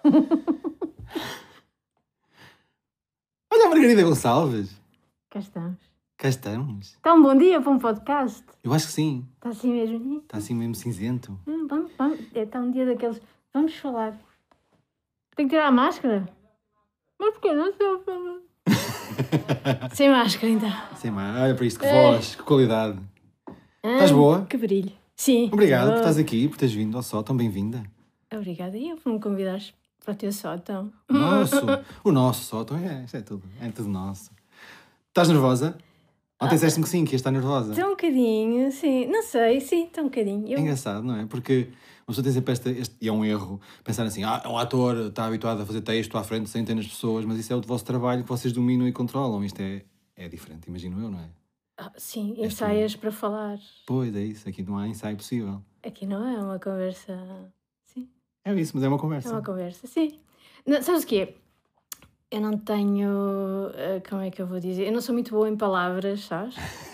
Olha a Margarida Gonçalves. Cá estamos. Cá estamos. Está um bom dia para um podcast. Eu acho que sim. Está assim mesmo? Está assim mesmo cinzento. Vamos. Está um dia daqueles... Vamos falar. Tem que tirar a máscara? Mas porquê não estou a falar? Sem máscara, então. Sem mais. Olha para isto, que voz, que qualidade. Estás boa? Que brilho. Sim. Obrigado por estás aqui, por teres vindo ao sótão. Bem-vinda. Obrigada. E eu por me convidares para o teu sótão. O nosso sótão. Isto é tudo nosso. Estás nervosa? Ontem disseste-me que sim, que ias estar nervosa. Estou um bocadinho, sim. Não sei, sim, estou um bocadinho. É engraçado, não é? Porque uma pessoa tem sempre e é um erro, pensar assim, é um ator, está habituado a fazer texto à frente de centenas de pessoas, mas isso é o vosso trabalho que vocês dominam e controlam. Isto é diferente, imagino eu, não é? Sim, ensaias para falar. Pois, é isso. Aqui não há ensaio possível. Aqui não é uma conversa... Sim. É isso, mas é uma conversa. É uma conversa, sim. Não, sabes o quê? Eu não tenho... como é que eu vou dizer? Eu não sou muito boa em palavras, sabes?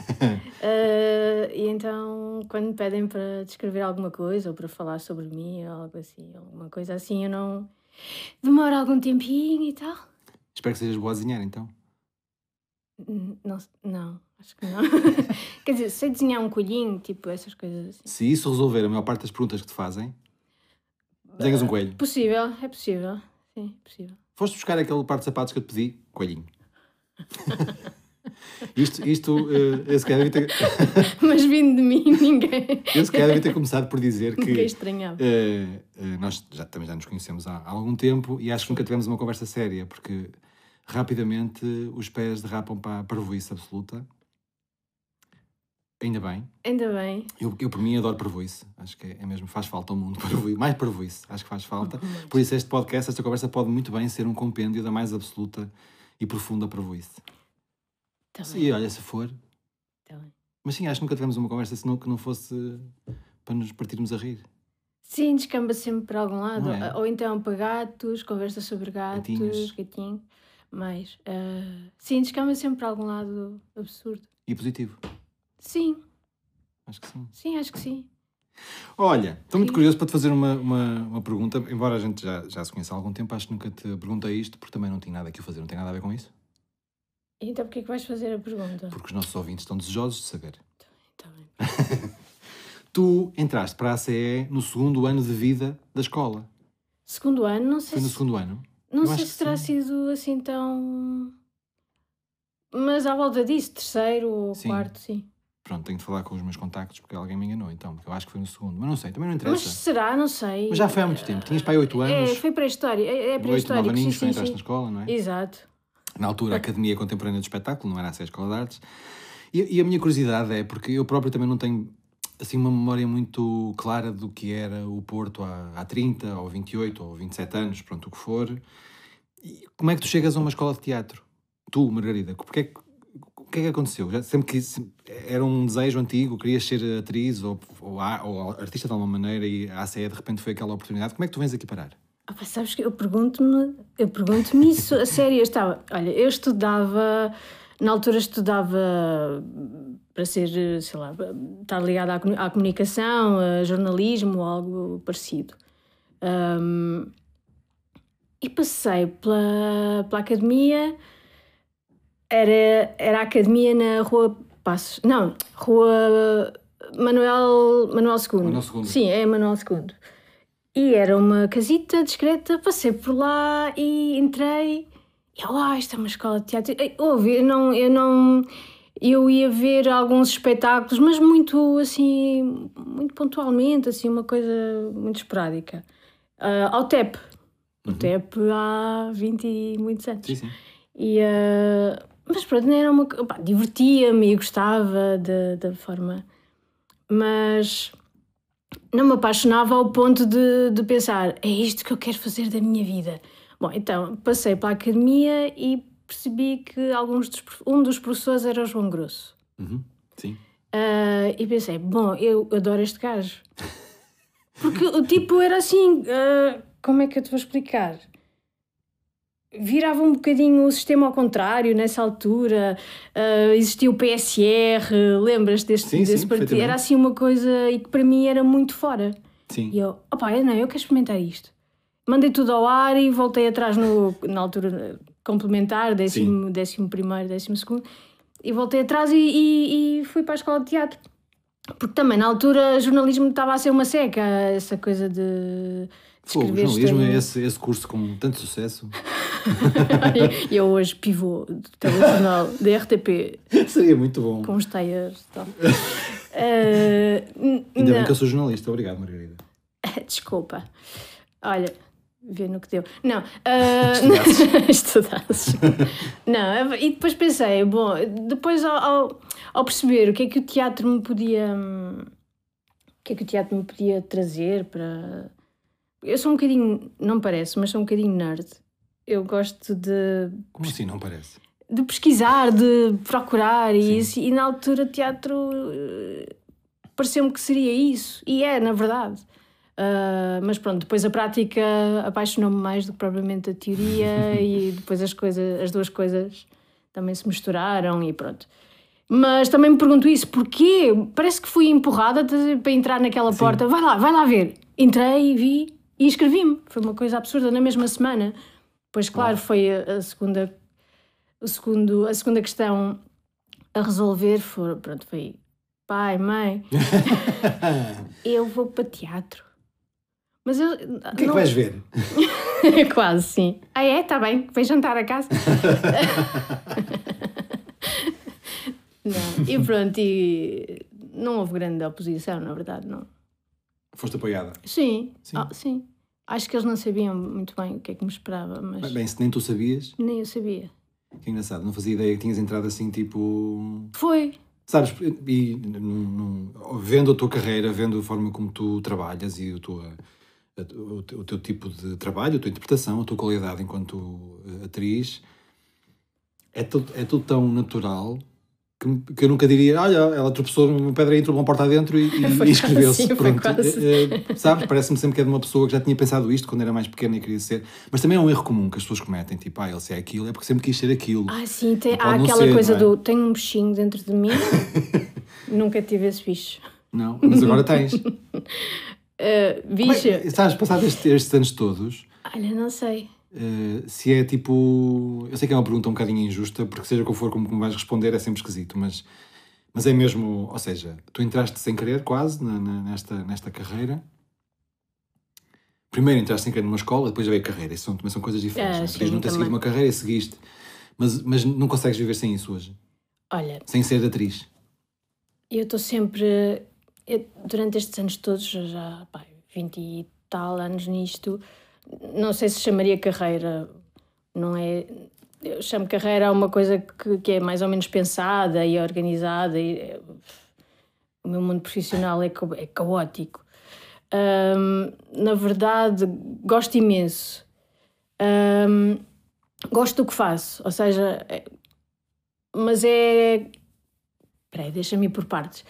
E então, quando me pedem para descrever alguma coisa ou para falar sobre mim ou algo assim, alguma coisa assim, eu não... Demoro algum tempinho e tal. Espero que sejas boa a desenhar, então. Não, acho que não. Quer dizer, sei desenhar um coelhinho, tipo essas coisas assim. Se isso resolver a maior parte das perguntas que te fazem, desenhas um coelho. É possível. Sim, é possível. Foste buscar aquele par de sapatos que eu te pedi? Coelhinho. Isto eu se calhar devia ter... Mas vindo de mim, ninguém... Eu se calhar devia ter começado por dizer que... Ninguém estranhava. Nós também já nos conhecemos há algum tempo e acho que nunca tivemos uma conversa séria, porque rapidamente os pés derrapam para a parvoíce absoluta. Ainda bem. Ainda bem. Eu por mim adoro parvoíce. Acho que é mesmo, faz falta ao mundo parvoíce. Mais parvoíce, acho que faz falta. Por isso este podcast, esta conversa pode muito bem ser um compêndio da mais absoluta e profunda parvoíce. Tá Sim, olha, se for. Tá bem. Mas sim, acho que nunca tivemos uma conversa senão que não fosse para nos partirmos a rir. Sim, descamba sempre para algum lado. Não é? Ou então para gatos, conversa sobre gatinhos. Mas, sim, descamba sempre para algum lado absurdo. E positivo. Sim. Acho que sim. Sim, acho que sim. Olha, estou muito curioso para te fazer uma pergunta. Embora a gente já se conheça há algum tempo, acho que nunca te perguntei isto, porque também não tinha nada aqui a fazer. Não tem nada a ver com isso? Então porquê que vais fazer a pergunta? Porque os nossos ouvintes estão desejosos de saber. Tá bem. Tu entraste para a ACE no segundo ano de vida da escola. Segundo ano? Não sei Foi no segundo ano? Não sei se terá sido assim tão... Mas à volta disso, terceiro ou quarto, sim. Pronto, tenho de falar com os meus contactos porque alguém me enganou, então, porque eu acho que foi no segundo. Mas não sei, também não interessa. Mas será? Não sei. Mas já foi há muito tempo. Tinhas para aí 8 anos. Foi pré-história. É 8, pré-histórico. 9 aninhos, sim, quando entraste na escola, não é? Exato. Na altura, a Academia Contemporânea do Espetáculo, não era a Escola de Artes. E a minha curiosidade é, porque eu próprio também não tenho assim uma memória muito clara do que era o Porto há 30, ou 28, ou 27 anos, pronto, o que for. E como é que tu chegas a uma escola de teatro? Tu, Margarida, o que é que aconteceu? Sempre era um desejo antigo, querias ser atriz ou artista de alguma maneira e a ACE de repente foi aquela oportunidade. Como é que tu vens aqui parar? Sabes que eu pergunto-me isso a sério. Eu estudava, na altura estudava para ser, sei lá, estar ligada à comunicação, a jornalismo ou algo parecido. E passei pela academia, era a academia na Rua Passos, não, Rua Manuel II. Manuel II. Sim, é Manuel II. E era uma casita discreta, passei por lá e entrei. E isto é uma escola de teatro. Eu ia ver alguns espetáculos, mas muito assim, muito pontualmente, assim, uma coisa muito esporádica. Ao TEP. O TEP há 20 e muitos anos. Sim. Mas pronto, não era uma... divertia-me e gostava da forma... Mas não me apaixonava ao ponto de pensar, é isto que eu quero fazer da minha vida. Bom, então passei para a academia e percebi que um dos professores era o João Grosso. Sim. E pensei, bom, eu adoro este gajo. Porque o tipo era assim, como é que eu te vou explicar? Virava um bocadinho o sistema ao contrário nessa altura, existia o PSR, lembras desse partido? Era assim uma coisa e que para mim era muito fora. Sim. E eu quero experimentar isto. mandei tudo ao ar e voltei atrás na altura complementar, 11º, 12º, e voltei atrás e fui para a escola de teatro. Porque também na altura jornalismo estava a ser uma seca, essa coisa de escrever. O jornalismo é esse curso com tanto sucesso. E eu hoje pivô do telejornal da RTP. Seria muito bom. Com os tires e tal. Ainda bem que eu sou jornalista. Obrigado, Margarida. Desculpa. Olha, vê no que deu. Não. Estudasses. Não, e depois pensei, bom, depois ao perceber o que é que o teatro me podia... O que é que o teatro me podia trazer para... Eu sou um bocadinho, não parece, mas sou um bocadinho nerd. Eu gosto de... Como assim não parece? De pesquisar, de procurar e isso. E na altura teatro pareceu-me que seria isso. E é, na verdade. Mas pronto, depois a prática apaixonou-me mais do que propriamente a teoria e depois as duas coisas também se misturaram e pronto. Mas também me pergunto isso, porquê? Parece que fui empurrada para entrar naquela porta. Vai lá ver. Entrei, vi e inscrevi-me. Foi uma coisa absurda na mesma semana. Pois claro, foi a segunda questão a resolver. Foi pai, mãe, eu vou para teatro. Mas eu... O que é que vais ver? Quase, sim. Está bem, vem jantar a casa. Não. E pronto, e não houve grande oposição, na verdade, não. Foste apoiada? Sim. Sim. Acho que eles não sabiam muito bem o que é que me esperava, mas... Bem, se nem tu sabias... Nem eu sabia. Que engraçado, não fazia ideia que tinhas entrado assim, tipo... Foi. Sabes, e vendo a tua carreira, vendo a forma como tu trabalhas e o teu tipo de trabalho, a tua interpretação, a tua qualidade enquanto atriz, é tudo tão natural que eu nunca diria, olha, ela tropeçou numa pedra e entrou uma porta adentro e inscreveu-se. Sabes, parece-me sempre que é de uma pessoa que já tinha pensado isto quando era mais pequena e queria ser. Mas também é um erro comum que as pessoas cometem, tipo, ele se é aquilo, é porque sempre quis ser aquilo. Sim, há aquela coisa do, tenho um bichinho dentro de mim, nunca tive esse bicho. Não, mas agora tens. Bicho. Sabes, passados estes anos todos... Olha, não sei. Se é tipo... Eu sei que é uma pergunta um bocadinho injusta, porque seja qual for como vais responder é sempre esquisito, mas é mesmo... Ou seja, tu entraste sem querer quase nesta carreira. Primeiro entraste sem querer numa escola, depois veio a carreira. Isso também são coisas diferentes. Podias não ter seguido uma carreira e seguiste. Mas não consegues viver sem isso hoje? Olha... Sem ser atriz? Eu estou sempre... durante estes anos todos, já 20 e tal anos nisto... Não sei se chamaria carreira, não é? Eu chamo carreira a uma coisa que é mais ou menos pensada e organizada. O meu mundo profissional é caótico. Na verdade, gosto imenso. Gosto do que faço, ou seja, mas é... Espera aí, deixa-me ir por partes.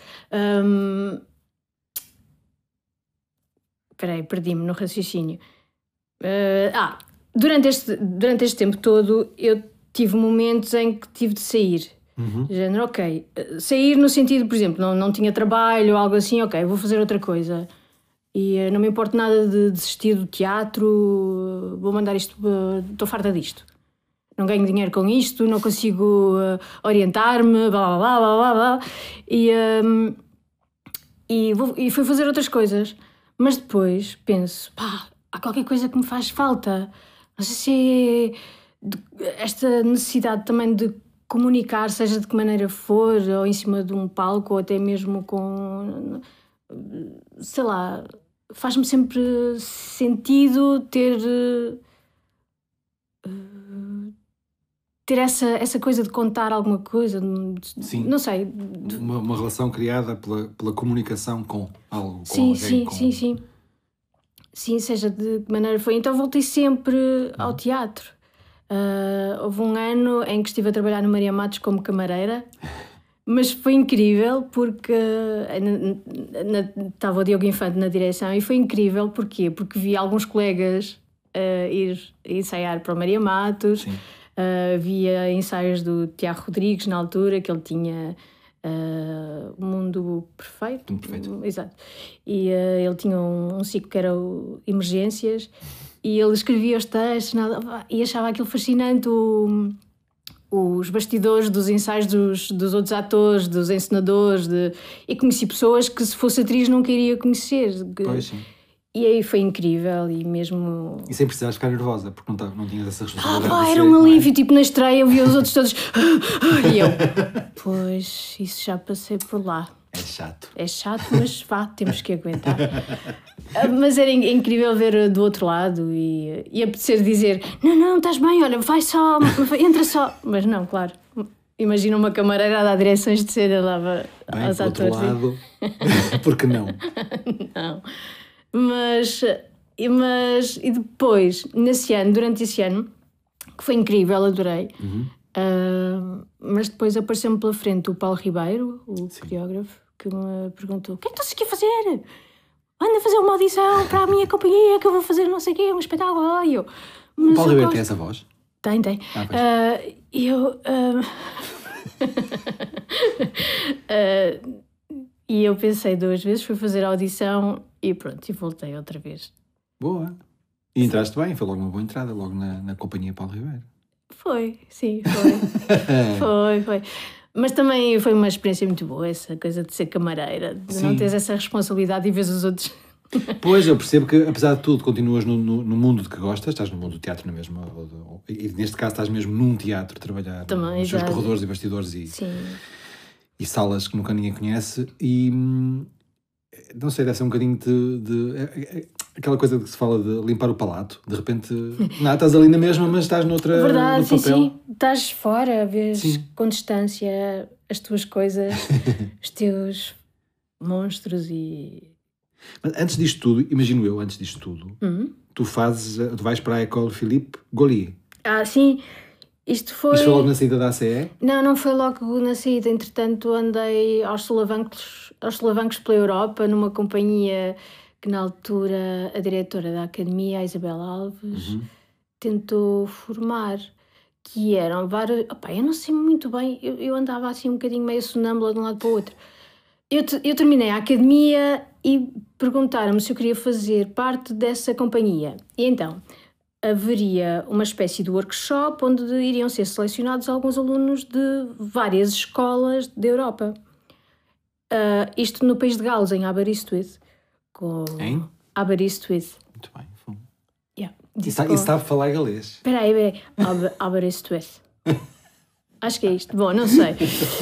Espera aí, perdi-me no raciocínio. Durante este tempo todo eu tive momentos em que tive de sair. Género, ok. Sair no sentido, por exemplo, não tinha trabalho ou algo assim, ok, vou fazer outra coisa. E não me importa nada de desistir do teatro, vou mandar isto, estou farta disto. Não ganho dinheiro com isto, não consigo orientar-me, blá blá blá blá blá. E fui fazer outras coisas. Mas depois penso, há qualquer coisa que me faz falta. Não sei se é esta necessidade também de comunicar, seja de que maneira for, ou em cima de um palco, ou até mesmo com... Sei lá, faz-me sempre sentido ter essa coisa de contar alguma coisa. Sim. Não sei. Uma relação criada pela comunicação com algo, com sim, alguém. Sim. Sim, seja de que maneira foi. Então voltei sempre ao teatro. Houve um ano em que estive a trabalhar no Maria Matos como camareira, mas foi incrível porque estava o Diogo Infante na direção e foi incrível. Porquê? Porque vi alguns colegas ir ensaiar para o Maria Matos, via ensaios do Tiago Rodrigues na altura, que ele tinha... O Mundo Perfeito. Perfeito. Exato. E ele tinha um ciclo que era o Emergências e ele escrevia os textos e achava aquilo fascinante, os bastidores dos ensaios dos outros atores, dos encenadores, e conheci pessoas que se fosse atriz não queria conhecer. Pois, sim. E aí foi incrível e mesmo... E sem precisar ficar nervosa, porque não tinhas essa responsabilidade. Era um alívio, tipo na estreia eu via os outros todos e eu, pois, isso já passei por lá. É chato. É chato, mas vá, temos que aguentar. Mas era incrível ver do outro lado e apetecer dizer, não, estás bem, olha, vai só, entra só. Mas não, claro. Imagina uma camareira a dar direções de cena lá aos atores. Por outro lado, porque não? Não. Mas e depois, durante esse ano, que foi incrível, adorei, mas depois apareceu-me pela frente o Paulo Ribeiro, o coreógrafo, que me perguntou: o que é que estás aqui a fazer? Anda a fazer uma audição para a minha companhia que eu vou fazer não sei o quê, um espetáculo. E eu, o Paulo Ribeiro tem essa voz? Tem. E eu pensei 2 vezes, fui fazer a audição e pronto, e voltei outra vez. Boa. E entraste bem, foi logo uma boa entrada, logo na companhia Paulo Ribeiro. Foi, sim, foi. foi. Mas também foi uma experiência muito boa, essa coisa de ser camareira, de não teres essa responsabilidade e vês os outros. Pois, eu percebo que, apesar de tudo, continuas no mundo de que gostas, estás no mundo do teatro na mesma, e neste caso estás mesmo num teatro a trabalhar também, nos seus corredores e bastidores e salas que nunca ninguém conhece, e não sei, deve ser um bocadinho aquela coisa que se fala de limpar o palato, de repente estás ali na mesma, mas estás noutra. Verdade, no papel. sim, estás fora, vês com distância as tuas coisas, os teus monstros e... Mas antes disto tudo, imagino eu, tu vais para a École Philippe Gaulier. Sim, isto foi logo na saída da ACE? Não foi logo na saída, entretanto andei aos solavancos pela Europa, numa companhia que na altura a diretora da academia, a Isabel Alves, tentou formar, que eram vários... eu não sei muito bem, eu andava assim um bocadinho meio sonâmbula de um lado para o outro. Eu terminei a academia e perguntaram-me se eu queria fazer parte dessa companhia. E então, haveria uma espécie de workshop onde iriam ser selecionados alguns alunos de várias escolas da Europa. Isto no país de Gales, em Aberystwyth. Em? Aberystwyth. Muito bem. E sabe falar galês? Espera aí. Aberystwyth. Acho que é isto. Bom, não sei.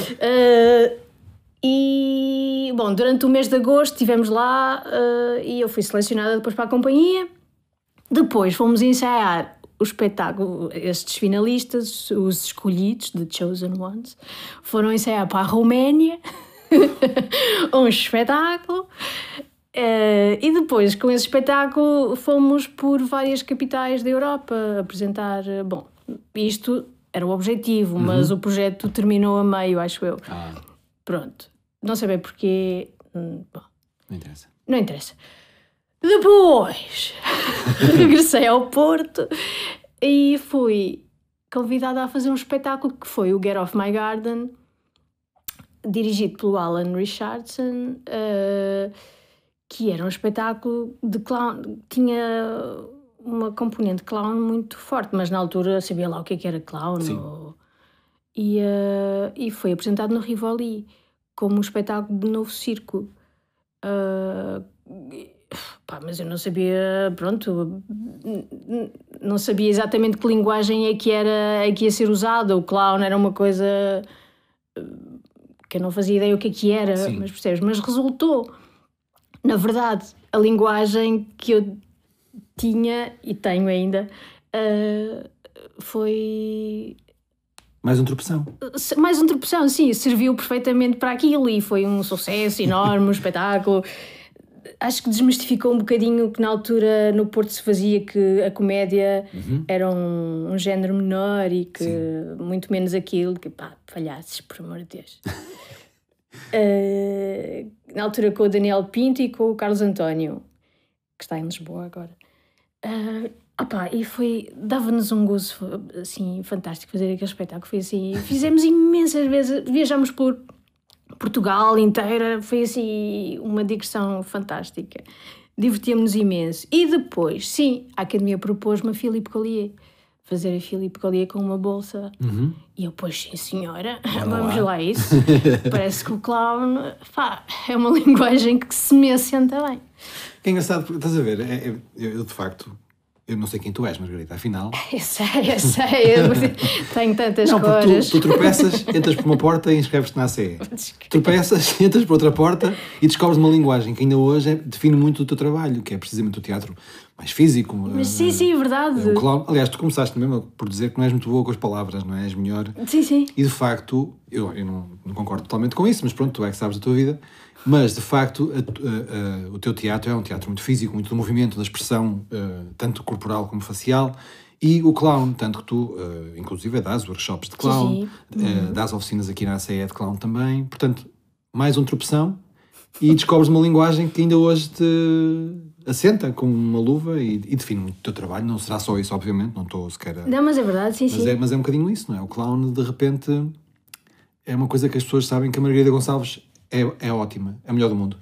E, bom, durante o mês de agosto estivemos lá e eu fui selecionada depois para a companhia. Depois fomos ensaiar o espetáculo, estes finalistas, os escolhidos, The Chosen Ones, foram ensaiar para a Roménia um espetáculo. E depois, com esse espetáculo, fomos por várias capitais da Europa apresentar. Bom, isto era o objetivo, mas o projeto terminou a meio, acho eu. Pronto. Não sei bem porquê. Bom, não interessa. Depois regressei ao Porto e fui convidada a fazer um espetáculo que foi o Get Off My Garden, dirigido pelo Alan Richardson, que era um espetáculo de clown. Tinha uma componente clown muito forte, mas na altura sabia lá o que era clown. E foi apresentado no Rivoli como um espetáculo de novo circo. Mas eu não sabia, não sabia exatamente que linguagem é que ia ser usada. O clown era uma coisa que eu não fazia ideia o que era, mas percebes? Mas resultou. Na verdade, a linguagem que eu tinha e tenho ainda foi... Mais um tropeção. Mais um tropeção, sim. Serviu perfeitamente para aquilo e foi um sucesso enorme, um espetáculo. Acho que desmistificou um bocadinho o que na altura no Porto se fazia, que a comédia era um género menor e que muito menos aquilo, que falhasses, por amor de Deus. Na altura com o Daniel Pinto e com o Carlos António, que está em Lisboa agora. E dava-nos um gozo assim, fantástico fazer aquele espetáculo. Foi assim, fizemos imensas vezes, viajamos por Portugal inteira, foi assim uma digressão fantástica divertíamos imenso. E depois, sim, a Academia propôs-me a Philippe Collier. Fazer a Philippe Collier com uma bolsa. E eu, pois sim senhora, vamos lá a isso. Parece que o clown, é uma linguagem que se me assenta bem. É engraçado, porque estás a ver, eu de facto, eu não sei quem tu és, Margarida, afinal... Eu sei, eu tenho tantas cores. Tu tropeças, entras por uma porta e inscreves-te na ACE. Tropeças, entras por outra porta e descobres uma linguagem que ainda hoje define muito o teu trabalho, que é precisamente o teatro mais físico. Mas sim, é verdade. O clown. Aliás, tu começaste mesmo por dizer que não és muito boa com as palavras, não é? És melhor. Sim. E de facto, eu não concordo totalmente com isso, mas pronto, tu é que sabes da tua vida. Mas, de facto, o teu teatro é um teatro muito físico, muito do movimento, da expressão, tanto corporal como facial, e o clown, tanto que tu, inclusive, dás workshops de clown, dás oficinas aqui na ACE de clown também, portanto, mais um tropeção, e descobres uma linguagem que ainda hoje te assenta como uma luva e define muito o teu trabalho. Não será só isso, obviamente, não estou sequer a... Não, mas é verdade, sim. Mas é um bocadinho isso, não é? O clown, de repente, é uma coisa que as pessoas sabem que a Margarida Gonçalves é ótima, é a melhor do mundo.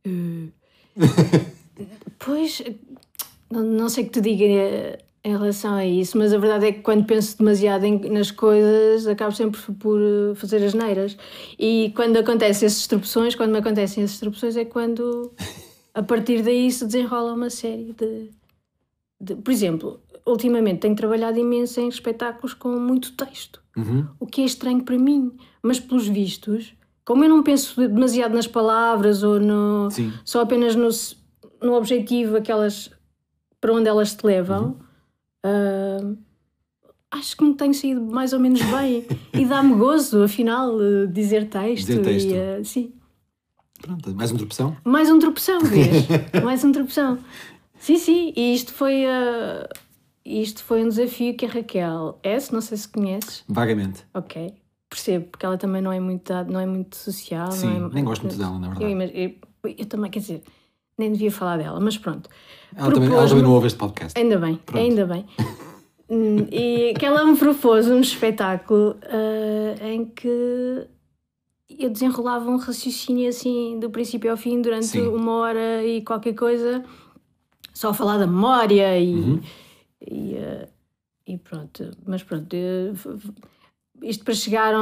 Pois, não sei o que te diga em relação a isso, mas a verdade é que quando penso demasiado nas coisas, acabo sempre por fazer asneiras. E quando acontecem essas tropeções, é quando, a partir daí, se desenrola uma série de... Por exemplo, ultimamente tenho trabalhado imenso em espetáculos com muito texto, o que é estranho para mim, mas pelos vistos... Como eu não penso demasiado nas palavras ou só apenas no objetivo, para onde elas te levam, acho que me tenho saído mais ou menos bem e dá-me gozo, afinal, dizer texto. Sim. Pronto, mais uma tropeção? Mais um tropeção, vês? Mais um tropeção. Sim, e isto foi um desafio que a Raquel não sei se conheces. Vagamente. Ok. Percebo, porque ela também não é muito social. Sim, nem gosto muito dela, na verdade. Eu também, quer dizer, nem devia falar dela, mas pronto. Ela também não ouve este podcast. Ainda bem. E que ela me propôs um espetáculo em que eu desenrolava um raciocínio assim, do princípio ao fim, durante 1h e qualquer coisa, só a falar da memória e pronto. Mas pronto... Isto para chegar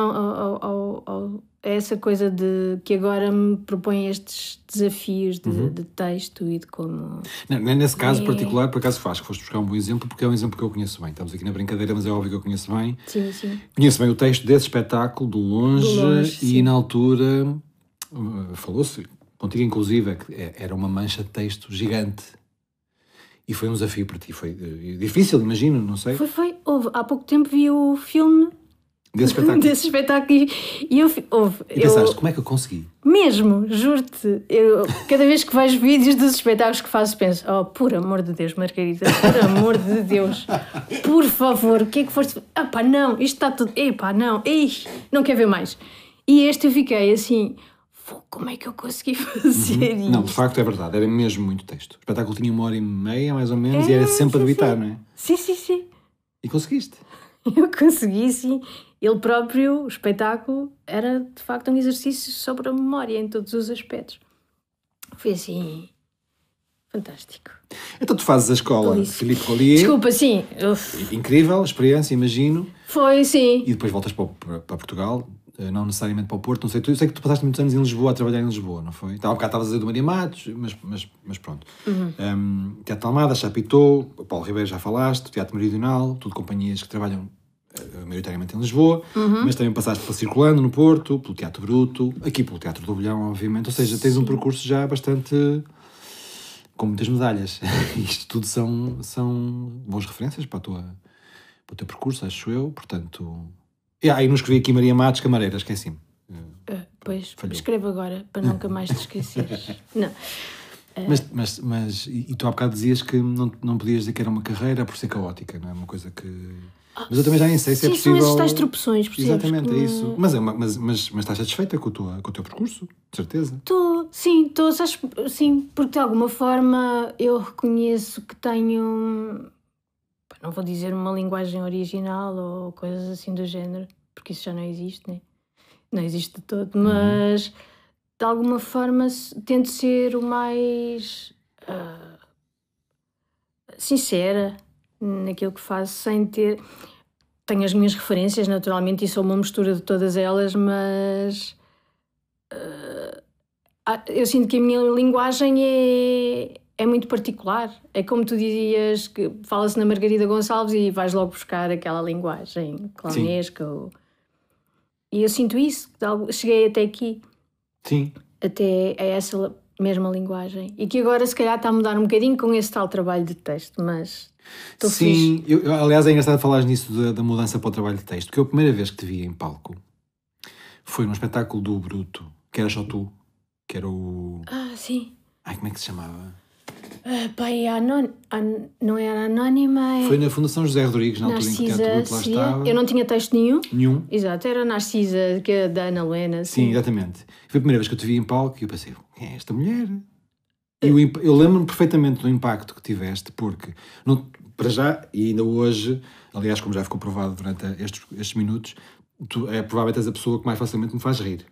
a essa coisa de que agora me propõe estes desafios de texto e de como... Nesse caso particular, por acaso acho que foste buscar um bom exemplo, porque é um exemplo que eu conheço bem. Estamos aqui na brincadeira, mas é óbvio que eu conheço bem. Sim. Conheço bem o texto desse espetáculo, de longe e na altura falou-se, contigo inclusive, que era uma mancha de texto gigante. E foi um desafio para ti. Foi difícil, imagino, não sei. Foi. Há pouco tempo vi o filme... Desse espetáculo e eu pensaste, como é que eu consegui? Mesmo, juro-te, cada vez que vejo vídeos dos espetáculos que faço, penso, por amor de Deus, Margarida, por amor de Deus, por favor, o que é que foste... não, isto está tudo... não quero ver mais. E este eu fiquei assim, como é que eu consegui fazer isto? Não, de facto é verdade, era mesmo muito texto. O espetáculo tinha 1h30, mais ou menos, e era sempre a debitar, não é? Sim. E conseguiste? Eu consegui, sim. Ele próprio, o espetáculo, era de facto um exercício sobre a memória em todos os aspectos. Foi assim, fantástico. Então tu fazes a escola Philippe Collier. Desculpa, sim. Incrível experiência, imagino. Foi, sim. E depois voltas para Portugal, não necessariamente para o Porto. Não sei, eu sei que tu passaste muitos anos em Lisboa a trabalhar em Lisboa, não foi? Há um bocado estavas a dizer do Maria Matos, mas pronto. Teatro de Almada, Chapitou, Paulo Ribeiro já falaste, Teatro Meridional, tudo companhias que trabalham maioritariamente em Lisboa, mas também passaste pela Circulando no Porto, pelo Teatro Bruto, aqui pelo Teatro do Bolhão, obviamente. Ou seja, tens um percurso já bastante... com muitas medalhas. Isto tudo são boas referências para o teu percurso, acho eu. Portanto... E não escrevi aqui Maria Matos, camareira, esqueci-me. Pois, escrevo agora, para nunca mais te esqueceres. Não. Mas e tu há bocado dizias que não podias dizer que era uma carreira por ser caótica, não é? Uma coisa que... Mas eu também já nem sei se é possível... Sim, são esses tais tropeções, percebes? Exatamente, é isso. Mas estás satisfeita com o teu percurso? De certeza? Estou, sim, porque de alguma forma eu reconheço que tenho... Não vou dizer uma linguagem original ou coisas assim do género, porque isso já não existe, né? Não existe de todo, mas de alguma forma tento ser o mais sincera naquilo que faço, sem ter... Tenho as minhas referências, naturalmente, e sou uma mistura de todas elas, mas eu sinto que a minha linguagem é muito particular. É como tu dizias, que fala-se na Margarida Gonçalves e vais logo buscar aquela linguagem clownesca. E eu sinto isso, cheguei até aqui. Sim. Até a essa mesma linguagem. E que agora, se calhar, está a mudar um bocadinho com esse tal trabalho de texto, mas estou feliz. Sim, aliás, é engraçado falar nisso da mudança para o trabalho de texto, porque a primeira vez que te vi em palco foi num espetáculo do Bruto, que era só tu, que era o... sim. Ai, como é que se chamava? Pai, não era Anónima. Foi na Fundação José Rodrigues, na altura em que o Teatro Bruto lá estava. Eu não tinha texto nenhum. Nenhum. Exato, era Narcisa, que é da Ana Helena. Sim, exatamente. Foi a primeira vez que eu te vi em palco e eu pensei, quem é esta mulher? E eu lembro-me perfeitamente do impacto que tiveste, porque, para já, e ainda hoje, aliás, como já ficou provado durante estes minutos, tu provavelmente és a pessoa que mais facilmente me faz rir.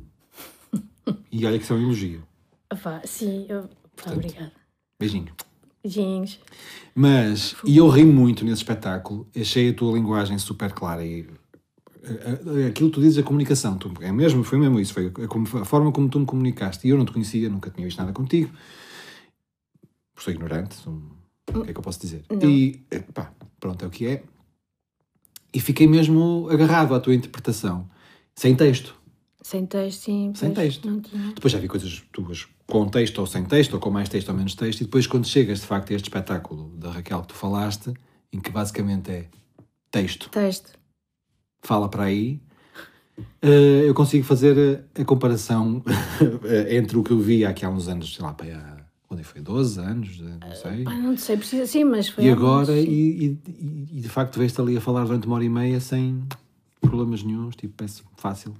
E olha que isso é um elogio. Sim, portanto, obrigada. Beijinho. Beijinhos. Mas, e eu ri muito nesse espetáculo, achei a tua linguagem super clara e aquilo que tu dizes, a comunicação, foi mesmo isso, foi a forma como tu me comunicaste, e eu não te conhecia, nunca tinha visto nada contigo, sou ignorante, o que é que eu posso dizer? Não. E, pronto, é o que é, e fiquei mesmo agarrado à tua interpretação, sem texto. Sem texto, sim. Sem texto. Não tinha. Depois já vi coisas tuas com texto ou sem texto, ou com mais texto ou menos texto, e depois quando chegas, de facto, a este espetáculo da Raquel que tu falaste, em que basicamente é texto. Fala para aí, eu consigo fazer a comparação entre o que eu vi aqui há uns anos, sei lá, quando foi? 12 anos? Não sei. Não sei, precisa sim, mas foi. E agora, e de facto, veio-te ali a falar durante 1h30 sem problemas nenhuns, tipo, péssimo, fácil.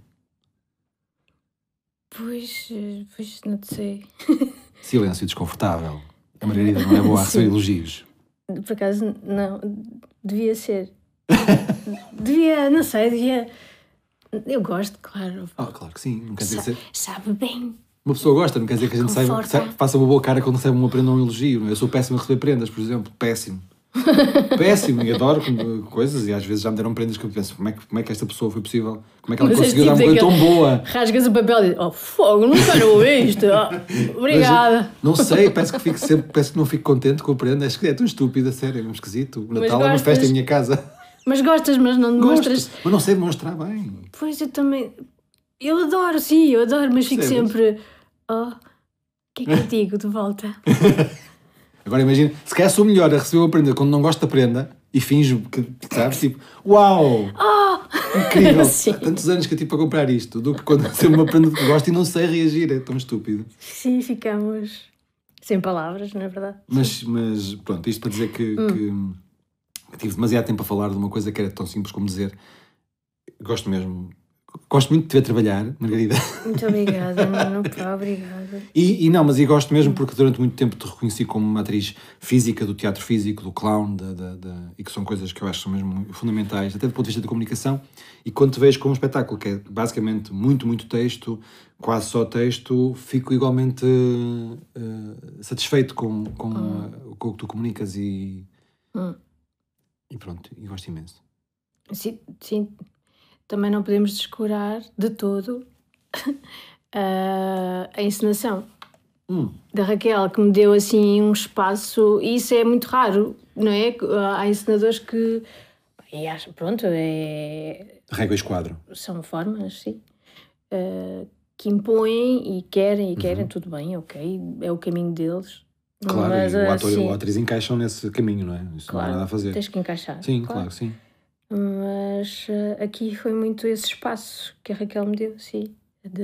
Pois, não sei. Silêncio desconfortável. A Margarida não é boa a receber elogios. Por acaso, não. Devia ser. Não sei. Eu gosto, claro. Claro que sim. Não quer dizer sabe bem. Uma pessoa gosta, não quer dizer que a gente faça uma boa cara quando recebe uma prenda ou um elogio. Eu sou péssimo a receber prendas, por exemplo. Péssimo. Péssimo, e adoro coisas, e às vezes já me deram prendas que eu penso, como é que esta pessoa foi possível, como é que ela conseguiu dar uma coisa tão boa? Rasgas o papel e dizes, fogo, não quero ouvir isto. Obrigada. Não sei, parece que não fico contente com a prenda, acho que é tão estúpida, sério, é um esquisito. O Natal é uma festa em minha casa. Mas gostas, mas não demonstras. Gosto, mas não sei demonstrar bem. Pois, eu também, eu adoro, mas fico sempre, o que é que eu digo de volta? Agora imagina, se calhar sou melhor a receber uma prenda quando não gosto da prenda e finjo que, sabes, tipo, uau! Incrível! Tantos anos que eu tive para comprar isto, do que quando recebo uma prenda que gosto e não sei reagir, é tão estúpido. Sim, ficamos sem palavras, não é verdade? Mas pronto, isto para dizer que tive demasiado tempo a falar de uma coisa que era tão simples como dizer, gosto muito de te ver trabalhar, Margarida. Muito obrigada, obrigada. E gosto mesmo porque durante muito tempo te reconheci como uma atriz física, do teatro físico, do clown, e que são coisas que eu acho que são mesmo fundamentais, até do ponto de vista da comunicação. E quando te vejo com um espetáculo que é basicamente muito, muito texto, quase só texto, fico igualmente satisfeito com o que tu comunicas e pronto, e gosto imenso. Sim. Também não podemos descurar de todo a encenação da Raquel, que me deu assim um espaço, e isso é muito raro, não é? Há encenadores que, pronto, régua e esquadro. São formas, sim, que impõem e querem, tudo bem, ok, é o caminho deles. Claro, mas, o ator e a atriz encaixam nesse caminho, não é? Isso claro, não há nada a fazer. Tens que encaixar. Sim, claro que sim. Mas aqui foi muito esse espaço que a Raquel me deu, sim.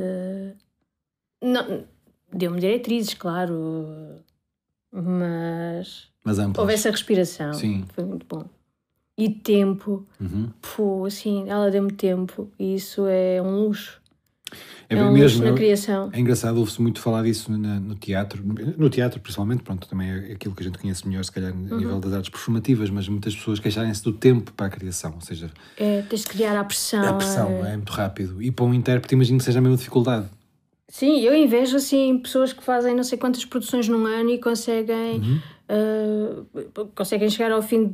Deu-me diretrizes, claro, mas amplas. Houve essa respiração, sim. Foi muito bom. E tempo, assim, ela deu-me tempo, e isso é um luxo. É mesmo, luxo na criação. É engraçado, ouve-se muito falar disso no teatro, principalmente, pronto, também é aquilo que a gente conhece melhor, se calhar, a nível das artes performativas, mas muitas pessoas queixarem-se do tempo para a criação, ou seja... tens de criar a pressão. A pressão é muito rápido, e para um intérprete imagino que seja a mesma dificuldade. Sim, eu invejo, assim, pessoas que fazem não sei quantas produções num ano e conseguem conseguem chegar ao fim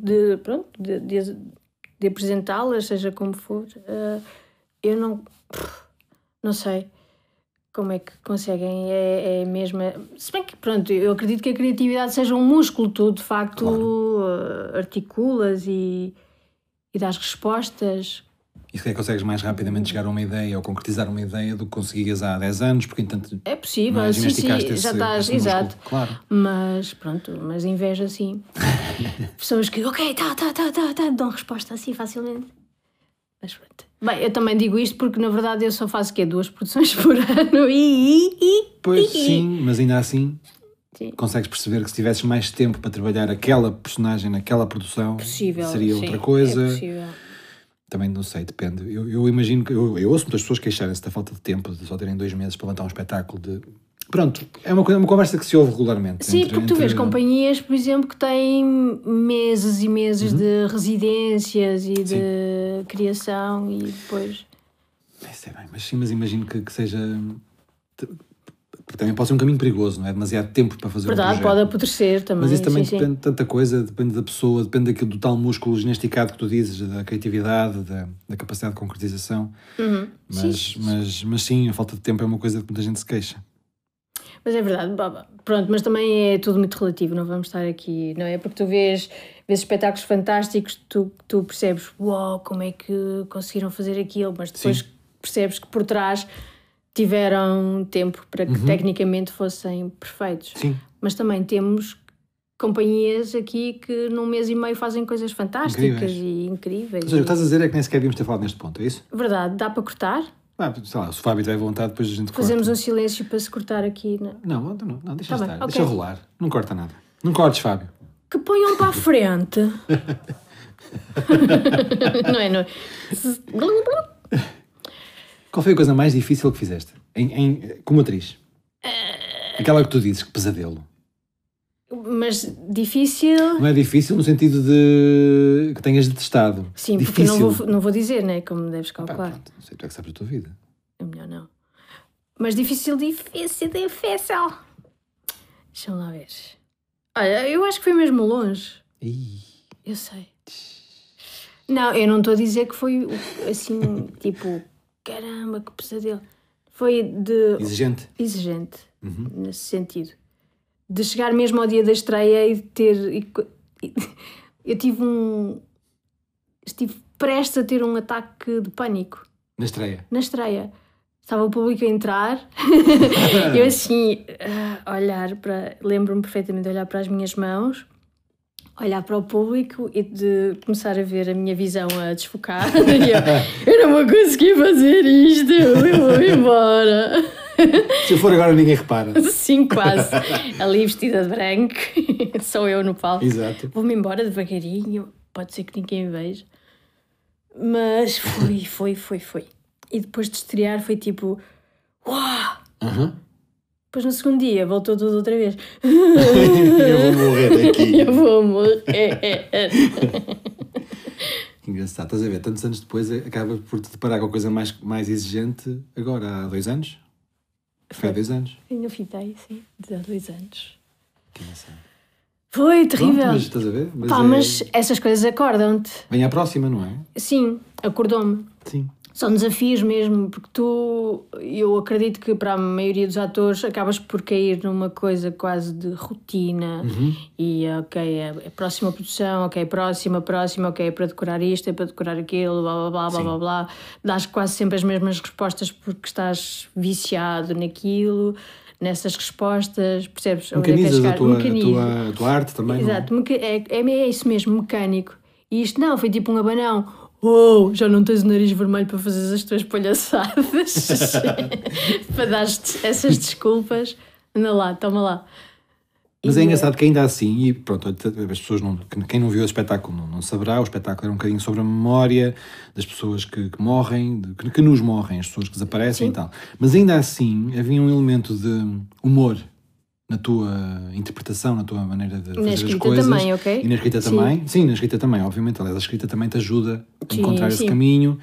de apresentá-las, seja como for. Eu não sei como é que conseguem, é mesmo... Se bem que, pronto, eu acredito que a criatividade seja um músculo, tu de facto articulas e dás respostas. E se calhar consegues mais rapidamente chegar a uma ideia ou concretizar uma ideia do que conseguias há 10 anos, porque entanto... É possível, sim, já estás, exato. Claro. Mas pronto, mas inveja assim. Pessoas que, ok, dão resposta assim facilmente. Mas pronto. Bem, eu também digo isto porque na verdade eu só faço 2 produções por ano Pois sim, mas ainda assim consegues perceber que se tivesses mais tempo para trabalhar aquela personagem naquela produção, seria outra coisa. É possível. Também não sei, depende. Eu imagino que eu ouço muitas pessoas queixarem-se da falta de tempo, de só terem 2 meses para levantar um espetáculo. Pronto, é uma conversa que se ouve regularmente. Sim, porque tu vês companhias, por exemplo, que têm meses e meses de residências e de criação e depois... Isso é bem, mas imagino que seja... Também pode ser um caminho perigoso, não é? Demasiado tempo para fazer um projeto. Pode apodrecer também. Mas isso também depende de tanta coisa, depende da pessoa, depende daquilo, do tal músculo ginasticado que tu dizes, da criatividade, da capacidade de concretização. Mas sim, a falta de tempo é uma coisa que muita gente se queixa. Mas é verdade, pronto, mas também é tudo muito relativo, não vamos estar aqui, não é? Porque tu vês espetáculos fantásticos, tu percebes, uau, como é que conseguiram fazer aquilo, mas depois percebes que por trás tiveram tempo para que tecnicamente fossem perfeitos. Sim. Mas também temos companhias aqui que num mês e meio fazem coisas fantásticas e incríveis. Ou seja, o que estás a dizer é que nem sequer devíamos ter falado neste ponto, é isso? Verdade, dá para cortar? Sei lá, se o Fábio tiver vontade, depois a gente Fazemos corta. um silêncio para se cortar aqui. Não, deixa estar. Okay. Deixa rolar. Não corta nada. Não cortes, Fábio. Que ponham para a frente. Não é? Qual foi a coisa mais difícil que fizeste? Como atriz? Aquela que tu dizes, que pesadelo. Mas difícil... Não é difícil no sentido de que tenhas detestado. Sim, difícil. Porque não vou dizer, né? Como deves calcular. Pronto, não sei, tu é que sabes a tua vida. É melhor não. Mas difícil. Deixa-me lá ver. Olha, eu acho que foi mesmo longe. Eu sei. Não, eu não estou a dizer que foi assim, tipo, caramba, que pesadelo. Foi de... Exigente. Nesse sentido. De chegar mesmo ao dia da estreia e de ter... Eu estive prestes a ter um ataque de pânico. Na estreia? Estava o público a entrar. Eu assim, lembro-me perfeitamente de olhar para as minhas mãos, olhar para o público e de começar a ver a minha visão a desfocar. Eu não vou conseguir fazer isto, eu vou embora. Se eu for agora ninguém repara. Sim, quase. Ali vestida de branco, sou eu no palco. Exato. Vou-me embora devagarinho, pode ser que ninguém veja. Mas foi. E depois de estrear foi tipo... Uau! Depois no segundo dia voltou tudo outra vez. Eu vou morrer daqui. Eu vou morrer. Engraçado, estás a ver? Tantos anos depois acabas por te deparar com a coisa mais exigente agora, há 2 anos? Foi há 2 anos? Ainda fitei, sim, há 2 anos. Que engraçado. Foi terrível. Pronto, mas estás a ver? Mas essas coisas acordam-te. Vem à próxima, não é? Sim, acordou-me. Sim. São desafios mesmo, porque eu acredito que para a maioria dos atores acabas por cair numa coisa quase de rotina e é próxima produção, próxima, ok, é para decorar isto, é para decorar aquilo, blá blá. Dás quase sempre as mesmas respostas porque estás viciado naquilo, nessas respostas, percebes? Mecanizas a tua arte também. Exato, é isso mesmo, mecânico. E isto não, foi tipo um abanão. Já não tens o nariz vermelho para fazer as tuas palhaçadas. Para dar-te essas desculpas. Anda lá, toma lá. Mas é engraçado que ainda assim, e pronto, as pessoas quem não viu o espetáculo não saberá, o espetáculo era um bocadinho sobre a memória das pessoas que morrem, que nos morrem, as pessoas que desaparecem. Sim. E tal. Mas ainda assim havia um elemento de humor na tua interpretação, na tua maneira de fazer as coisas. Também, ok? E na escrita também. Sim, na escrita também, obviamente. Aliás, a escrita também te ajuda a encontrar esse caminho.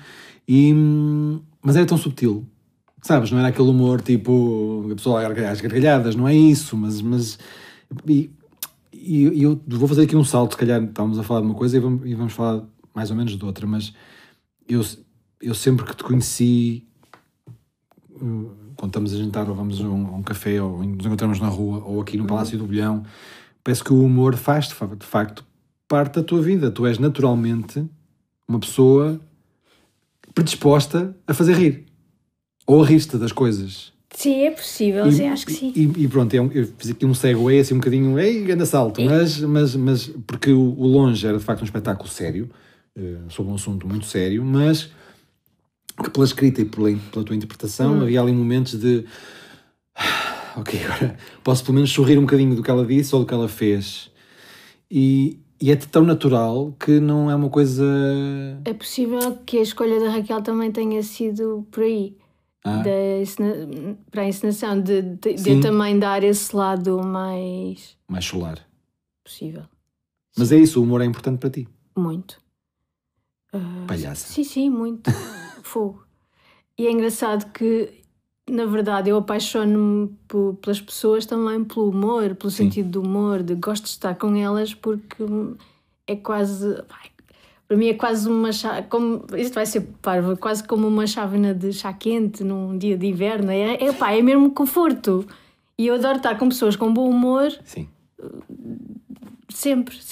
Mas era tão subtil. Sabes, não era aquele humor tipo a pessoa às gargalhadas, não é isso, mas E eu vou fazer aqui um salto, se calhar estávamos a falar de uma coisa e vamos falar mais ou menos de outra, mas eu sempre que te conheci, quando estamos a jantar ou vamos a um café ou nos encontramos na rua ou aqui no Palácio do Bolhão, parece que o humor faz de facto parte da tua vida. Tu és naturalmente uma pessoa predisposta a fazer rir ou a rir-te das coisas. Sim, é possível, sim, acho que sim. E pronto, eu fiz aqui um segue assim um bocadinho, grande assalto, mas porque o Longe era de facto um espetáculo sério, sobre um assunto muito sério, mas que pela escrita e pela tua interpretação havia ali momentos de ok, agora posso pelo menos sorrir um bocadinho do que ela disse ou do que ela fez. E é tão natural que não é uma coisa... É possível que a escolha da Raquel também tenha sido por aí. Para a encenação, de também dar esse lado mais solar. Possível. Mas sim. É isso, o humor é importante para ti? Muito. Palhaça. Sim, muito. Fogo. E é engraçado que, na verdade, eu apaixono-me pelas pessoas também pelo humor, pelo sentido do humor, gosto de estar com elas porque é quase... Para mim é quase uma chave, isto vai ser parvo, quase como uma chávena de chá quente num dia de inverno. É mesmo conforto. E eu adoro estar com pessoas com bom humor. Sim. Sempre.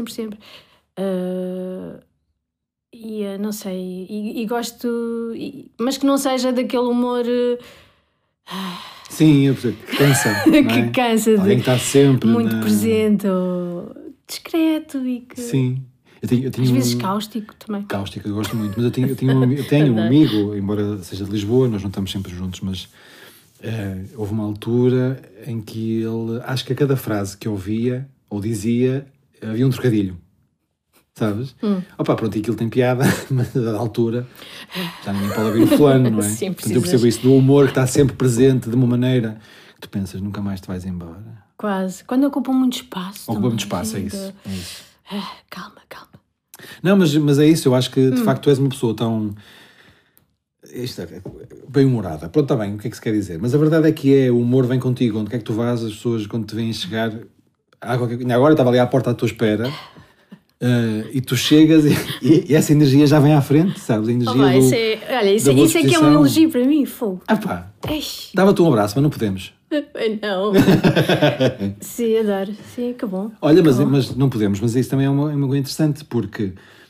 Não sei, e gosto, mas que não seja daquele humor... Sim, eu percebo, cansa. que cansa. Alguém que está sempre... Muito presente, ou discreto e que... Sim. Eu tenho às vezes cáustico também. Cáustico, eu gosto muito, mas eu tenho um amigo, embora seja de Lisboa, nós não estamos sempre juntos, mas houve uma altura em que ele, acho que a cada frase que ouvia ou dizia, havia um trocadilho, sabes? Pronto, e aquilo tem piada, mas a da altura já ninguém pode ouvir o fulano, não é? Sim, portanto, eu percebo isso do humor que está sempre presente de uma maneira que tu pensas, nunca mais te vais embora. Quase, quando ocupa muito espaço. Ocupa muito espaço, é isso. Calma. Não, mas é isso, eu acho que de facto tu és uma pessoa tão bem-humorada. Pronto, está bem, o que é que se quer dizer? Mas a verdade é que o humor vem contigo, onde quer que tu vás, as pessoas quando te vêm chegar, agora eu estava ali à porta à tua espera, e tu chegas e essa energia já vem à frente, sabes? A energia isso é que é um elogio para mim, fogo. Dava-te um abraço, mas não podemos. Não. Sim, adoro. Sim, que bom. Olha, mas não podemos, mas isso também é uma coisa interessante, porque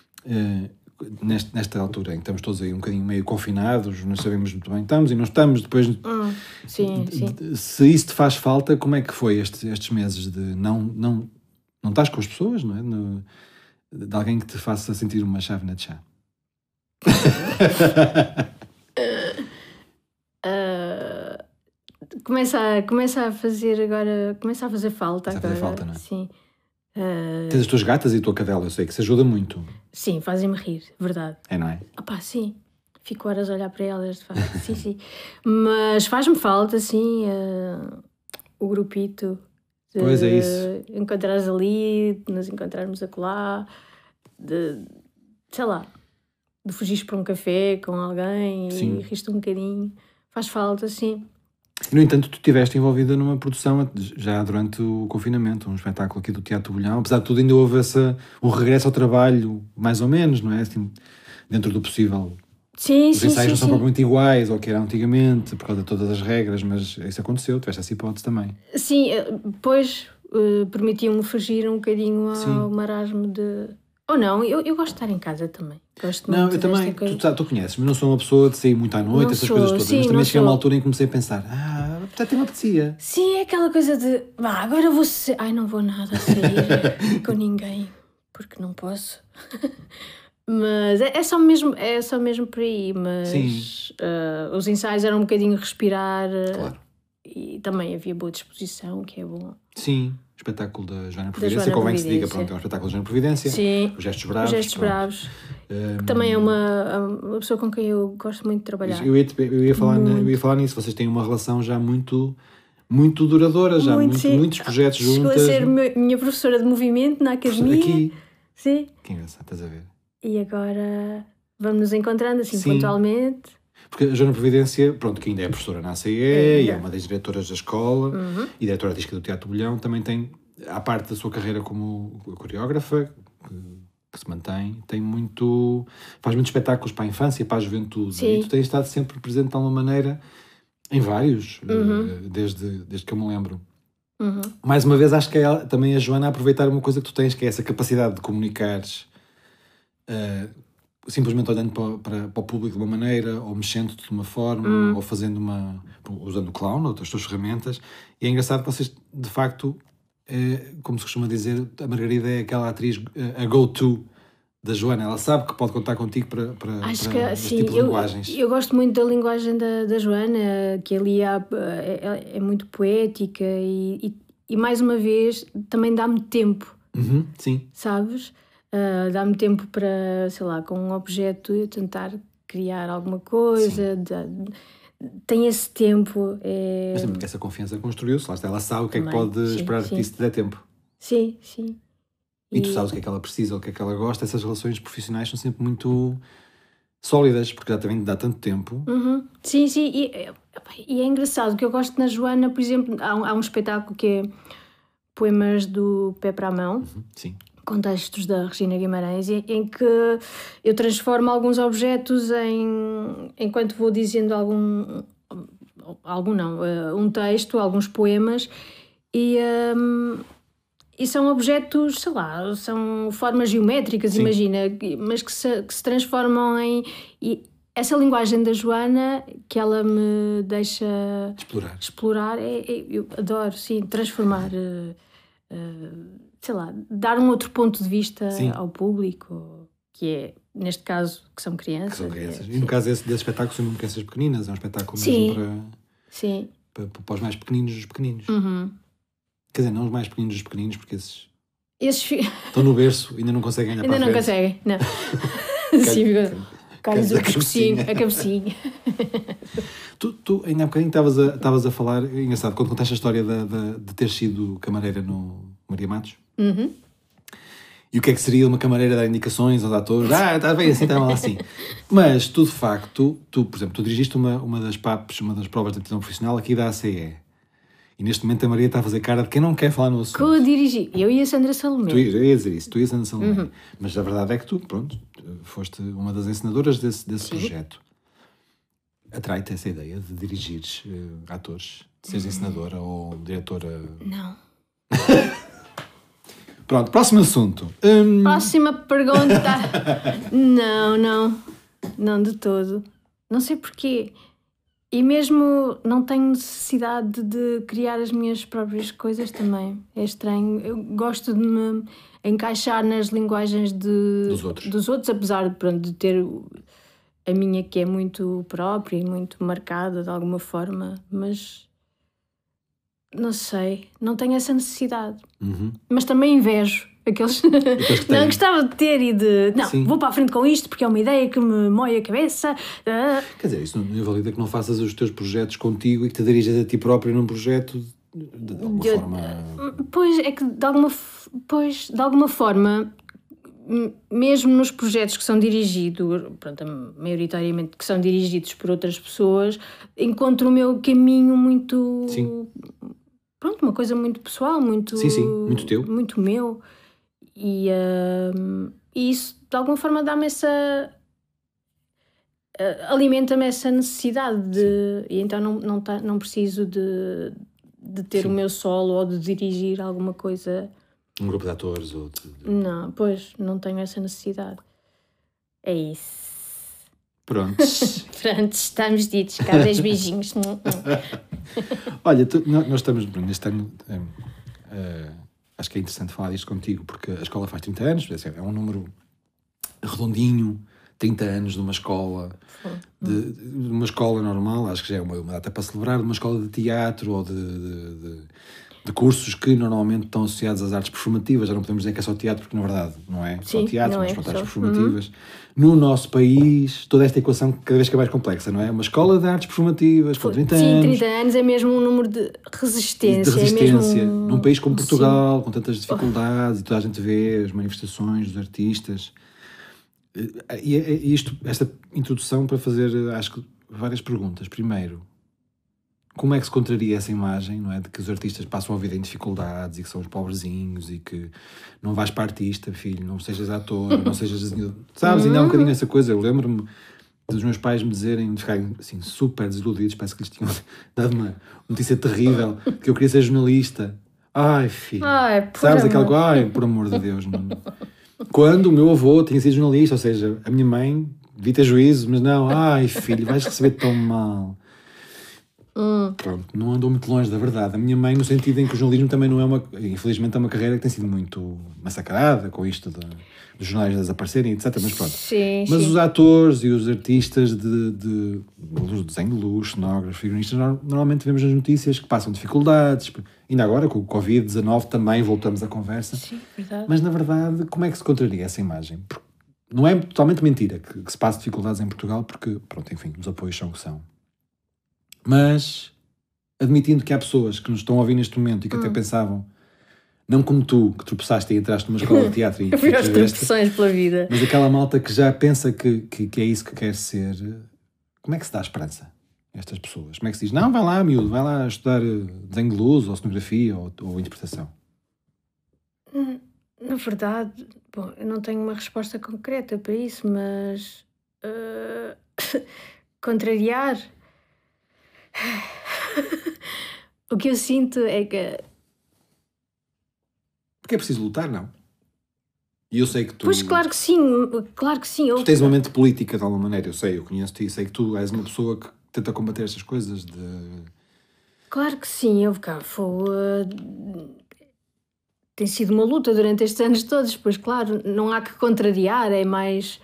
nesta altura em que estamos todos aí um bocadinho meio confinados, não sabemos muito bem, estamos e não estamos, depois sim. Se isso te faz falta, como é que foi estes meses de não estás com as pessoas, não é? De alguém que te faça sentir uma chávena de chá? Começa a fazer agora, começa a fazer falta. Começa a fazer falta, não é? Sim. Tens as tuas gatas e a tua cadela, eu sei que isso ajuda muito. Sim, fazem-me rir, verdade. Não é? Sim. Fico horas a olhar para elas, de facto. Sim. Mas faz-me falta, sim, o grupito. Pois é isso. Encontrares ali, de nos encontrarmos acolá, sei lá, de fugires para um café com alguém e riste um bocadinho. Faz falta, sim. No entanto, tu estiveste envolvida numa produção já durante o confinamento, um espetáculo aqui do Teatro do Bolhão. Apesar de tudo, ainda houve o regresso ao trabalho, mais ou menos, não é? Assim, dentro do possível. Sim, os ensaios não são propriamente iguais ao que eram antigamente, por causa de todas as regras, mas isso aconteceu, tiveste essa hipótese também. Sim, depois permitiu-me fugir um bocadinho ao marasmo de... Ou não, eu gosto de estar em casa também. Gosto muito. Não, eu também, tu conheces, mas não sou uma pessoa de sair muito à noite, essas coisas todas. Mas também cheguei a uma altura em que comecei a pensar, até me apetecia. Sim, é aquela coisa de, agora vou sair. Não vou nada sair com ninguém, porque não posso. Mas é só mesmo por aí. Mas os ensaios eram um bocadinho respirar. Claro. E também havia boa disposição, que é bom. Sim. Espetáculo da Joana Providência, convém que se diga, pronto, é um espetáculo da Joana Providência. Sim. Os Gestos Bravos. Os Gestos Bravos. Que também é uma pessoa com quem eu gosto muito de trabalhar. Eu ia falar nisso. Vocês têm uma relação já muito duradoura, já muitos projetos juntas. Chegou a ser minha professora de movimento na academia. Aqui. Sim. Que engraçado, estás a ver. E agora vamos nos encontrando assim pontualmente. Porque a Joana Providência, pronto, que ainda é professora na ACE, e é uma das diretoras da escola, e diretora artística do Teatro do Bolhão, também tem à parte da sua carreira como coreógrafa, que se mantém, tem muito, faz muitos espetáculos para a infância, para a juventude. Sim. E tu tens estado sempre presente de alguma maneira em vários, desde que eu me lembro. Mais uma vez, acho que é também a Joana a aproveitar uma coisa que tu tens, que é essa capacidade de comunicares simplesmente olhando para o público de uma maneira, ou mexendo-te de uma forma, ou fazendo usando o clown, ou outras tuas ferramentas. E é engraçado que vocês, de facto, como se costuma dizer, a Margarida é aquela atriz, a go-to da Joana. Ela sabe que pode contar contigo para Acho que este sim, tipo de linguagens. eu gosto muito da linguagem da Joana, que ali é muito poética e mais uma vez também dá-me tempo, Sim. sabes? Dá-me tempo para, sei lá, com um objeto eu tentar criar alguma coisa. Tem esse tempo. Mas também porque essa confiança construiu-se. Lá está, ela sabe o que é que pode esperar de ti se te der tempo. Sim, sim. E tu sabes o que é que ela precisa, o que é que ela gosta. Essas relações profissionais são sempre muito sólidas, porque já também dá tanto tempo. Sim, sim. E é engraçado que eu gosto na Joana, por exemplo, há um espetáculo que é Poemas do Pé para a Mão. Sim. Com textos da Regina Guimarães, em que eu transformo alguns objetos enquanto vou dizendo um texto, alguns poemas, e são objetos, sei lá, são formas geométricas, Sim. imagina, mas que se transformam e essa linguagem da Joana, que ela me deixa explorar eu adoro, sim, transformar... sei lá, dar um outro ponto de vista ao público, que é, neste caso, que são crianças. E no caso desse espetáculo são mesmo crianças pequeninas, é um espetáculo mesmo para os mais pequeninos dos pequeninos. Quer dizer, não os mais pequeninos dos pequeninos, porque esses estão no berço e ainda não conseguem olhar para a frente. Ainda não conseguem, não. Sim, cai-lhes o pescocinho, a cabecinha. Tu ainda há bocadinho estavas a falar, é engraçado, quando contaste a história de ter sido camareira no Maria Matos. E o que é que seria uma camareira dar indicações aos atores? Está bem assim, está mal assim. Mas tu, de facto, por exemplo, tu dirigiste uma das PAPs, uma das provas de aptidão profissional aqui da ACE. E neste momento a Maria está a fazer cara de quem não quer falar no assunto. Co-dirigi, eu e a Sandra Salomé. Eu ia dizer isso, tu e a Sandra Salomé. Mas a verdade é que tu, pronto, foste uma das encenadoras desse projeto. Atrai-te essa ideia de dirigires atores, de seres encenadora ou diretora? Não. Pronto, próximo assunto. Próxima pergunta. Não de todo. Não sei porquê. E mesmo não tenho necessidade de criar as minhas próprias coisas também. É estranho. Eu gosto de me encaixar nas linguagens dos outros, apesar de ter a minha que é muito própria e muito marcada de alguma forma, mas não sei, não tenho essa necessidade. Mas também invejo aqueles não gostava de ter e de vou para a frente com isto porque é uma ideia que me moe a cabeça. Quer dizer, isso não invalida que não faças os teus projetos contigo e que te dirijas a ti próprio num projeto de alguma forma. Pois é que de alguma forma, mesmo nos projetos que são dirigidos, maioritariamente que são dirigidos por outras pessoas, encontro o meu caminho muito... Sim. Pronto, uma coisa muito pessoal, muito... Sim, muito teu. Muito meu. E isso, de alguma forma, dá-me essa... alimenta-me essa necessidade de... E então não preciso de ter o meu solo ou de dirigir alguma coisa... Um grupo de atores ou... Não, pois, não tenho essa necessidade. É isso. Pronto. Pronto, estamos ditos. Cá 10 beijinhos. Olha, nós estamos neste ano... acho que é interessante falar disto contigo, porque a escola faz 30 anos, é um número redondinho, 30 anos de uma escola, de uma escola normal, acho que já é uma data para celebrar, de uma escola de teatro ou de cursos que normalmente estão associados às artes performativas. Já não podemos dizer que é só teatro, porque na verdade não é só teatro, mas são artes performativas. No nosso país, toda esta equação cada vez que é mais complexa, não é? Uma escola de artes performativas com 30 anos. Sim, 30 anos é mesmo um número de resistência. Num país como Portugal, com tantas dificuldades, e toda a gente vê as manifestações dos artistas. E esta introdução para fazer, acho que, várias perguntas. Primeiro, como é que se contraria essa imagem, não é? De que os artistas passam a vida em dificuldades e que são os pobrezinhos e que não vais para artista, filho, não sejas ator, não sejas... Sabes? Ainda há um bocadinho essa coisa. Eu lembro-me dos meus pais me dizerem, de ficarem assim, super desiludidos, parece que lhes tinham dado uma notícia terrível, que eu queria ser jornalista. Ai, filho. Sabes? Aquela coisa, ai, por amor de Deus. Não. Quando o meu avô tinha sido jornalista, ou seja, a minha mãe devia ter juízo, mas não, ai, filho, vais receber tão mal. Pronto, não andou muito longe da verdade. A minha mãe, no sentido em que o jornalismo também não é uma... Infelizmente é uma carreira que tem sido muito massacrada com isto dos jornais a desaparecerem, etc. Mas pronto. Mas os atores e os artistas de desenho de luz, cenógrafos, figurinistas, normalmente vemos nas notícias que passam dificuldades. Ainda agora, com o Covid-19 também voltamos à conversa. Sim, verdade. Mas na verdade, como é que se contraria essa imagem? Porque não é totalmente mentira que se passe dificuldades em Portugal, porque, pronto, enfim, os apoios são o que são. Mas, admitindo que há pessoas que nos estão a ouvir neste momento e que até pensavam, não como tu, que tropeçaste e entraste numa escola de teatro e vi as tropeções pela vida, mas aquela malta que já pensa que é isso que quer ser, como é que se dá esperança a estas pessoas? Como é que se diz, não, vai lá, miúdo, vai lá estudar desenho de luz, ou cenografia, ou interpretação? Na verdade, bom, eu não tenho uma resposta concreta para isso, mas contrariar... O que eu sinto é que... Porque é preciso lutar, não? E eu sei que tu... Pois, claro que sim, claro que sim. Tu tens uma mente política de alguma maneira, eu sei, eu conheço-te e sei que tu és uma pessoa que tenta combater estas coisas de... Claro que sim, tem sido uma luta durante estes anos todos, pois claro, não há que contrariar, é mais...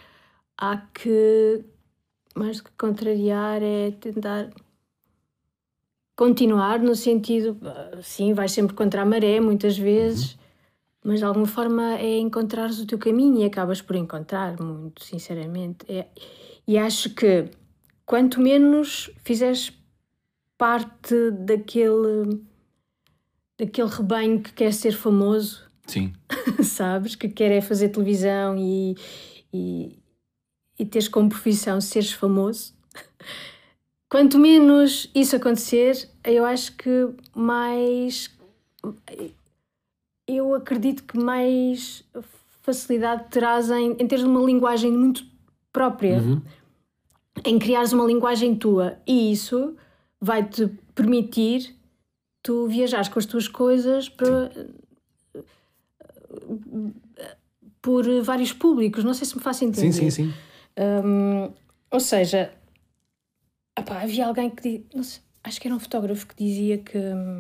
Mais do que contrariar é tentar... continuar no sentido, sim, vais sempre contra a maré muitas vezes, mas de alguma forma é encontrares o teu caminho e acabas por encontrar, muito sinceramente. E acho que quanto menos fizeres parte daquele rebanho que quer ser famoso, sim. sabes, que quer é fazer televisão e teres como profissão seres famoso, quanto menos isso acontecer, eu acho que mais... Eu acredito que mais facilidade terás em teres uma linguagem muito própria, em criares uma linguagem tua. E isso vai-te permitir tu viajares com as tuas coisas por vários públicos. Não sei se me faço entender. Sim. Ou seja... havia alguém que não sei, acho que era um fotógrafo que dizia que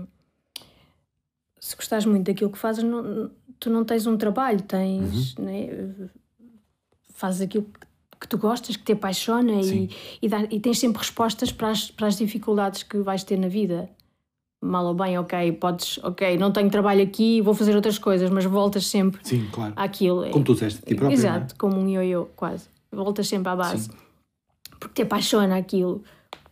se gostares muito daquilo que fazes, tu não tens um trabalho, tens, né, fazes aquilo que tu gostas, que te apaixona e tens sempre respostas para as dificuldades que vais ter na vida. Mal ou bem, não tenho trabalho aqui, vou fazer outras coisas, mas voltas sempre claro. àquilo. Como tu disseste, ti próprio. Exato, como um ioiô, quase. Voltas sempre à base. Porque te apaixona aquilo.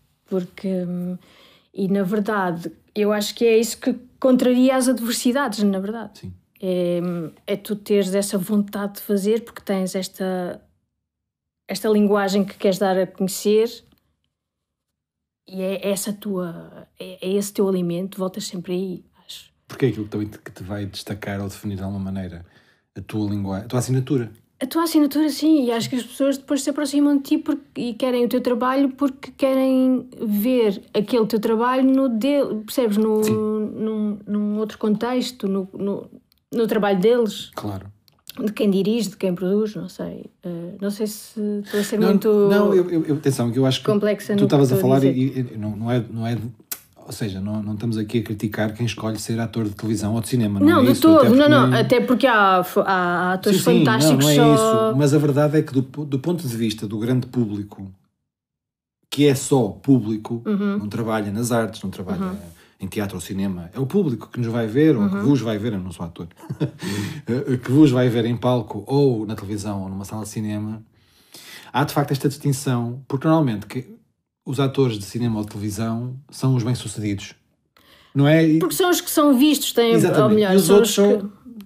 E na verdade, eu acho que é isso que contraria as adversidades, na verdade. Sim. É tu teres essa vontade de fazer porque tens esta linguagem que queres dar a conhecer e é esse teu alimento, voltas sempre aí, acho. Porque é aquilo que te vai destacar ou definir de alguma maneira a tua linguagem, a tua assinatura. A tua assinatura, sim, e acho que as pessoas depois se aproximam de ti e querem o teu trabalho porque querem ver aquele teu trabalho percebes? Num outro contexto, no trabalho deles. Claro. De quem dirige, de quem produz, não sei. Não sei se estou a ser atenção, que eu acho que complexa. Tu estavas a falar e não é. Ou seja, não estamos aqui a criticar quem escolhe ser ator de televisão ou de cinema. Não é de todo, até porque há atores fantásticos. Não é isso, mas a verdade é que do ponto de vista do grande público, que é só público, não trabalha nas artes, não trabalha em teatro ou cinema, é o público que nos vai ver, ou que vos vai ver, eu não sou ator, que vos vai ver em palco, ou na televisão, ou numa sala de cinema. Há de facto esta distinção, porque normalmente os atores de cinema ou de televisão são os bem-sucedidos, não é? Porque são os que são vistos, ou melhor, e os outros são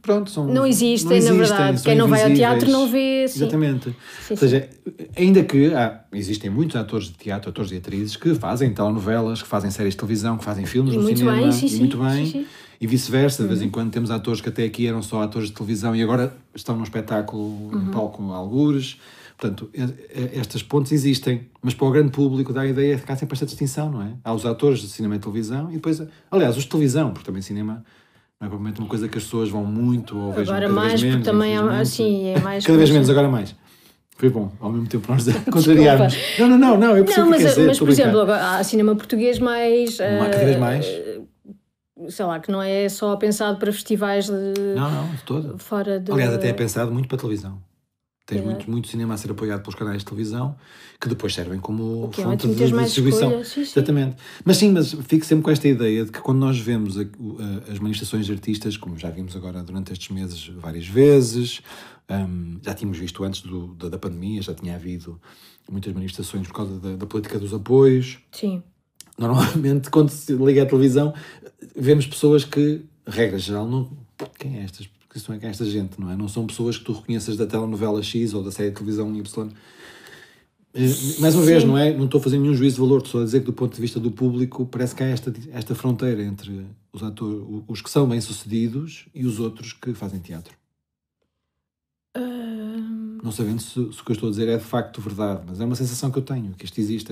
pronto, não existem, na verdade. Quem não vai ao teatro não vê, sim. Exatamente. Ou seja, ainda que existem muitos atores de teatro, atores e atrizes que fazem telenovelas, que fazem séries de televisão, que fazem filmes no cinema, e muito bem, e vice-versa. De vez em quando temos atores que até aqui eram só atores de televisão e agora estão num espetáculo, num palco com algures. Portanto, estas pontes existem, mas para o grande público dá a ideia de ficar sempre esta distinção, não é? Há os atores de cinema e televisão e depois, aliás, os de televisão, porque também cinema não é provavelmente uma coisa que as pessoas vão muito ou vejam agora cada mais, vez menos. Porque também assim, é mais... Cada vez menos, agora mais. Foi bom, ao mesmo tempo nós contrariarmos. Não, eu percebo o que quer dizer. Mas por exemplo, agora, há cinema português mais... cada vez mais. Sei lá, que não é só pensado para festivais de... Não, de todo. Fora de... Aliás, até é pensado muito para televisão. Tens muito cinema a ser apoiado pelos canais de televisão que depois servem como fonte de distribuição. Exatamente. Mas fico sempre com esta ideia de que quando nós vemos as manifestações de artistas, como já vimos agora durante estes meses várias vezes, já tínhamos visto antes da pandemia, já tinha havido muitas manifestações por causa da política dos apoios. Sim. Normalmente, quando se liga à televisão, vemos pessoas que, regra geral, não... Quem é estas? Isso não é que é esta gente, não é? Não são pessoas que tu reconheças da telenovela X ou da série de televisão Y. Mais uma vez, não é? Não estou a fazer nenhum juízo de valor, estou só a dizer que do ponto de vista do público parece que há esta fronteira entre os atores, os que são bem-sucedidos e os outros que fazem teatro. Não sabendo se o que eu estou a dizer é de facto verdade, mas é uma sensação que eu tenho, que isto existe,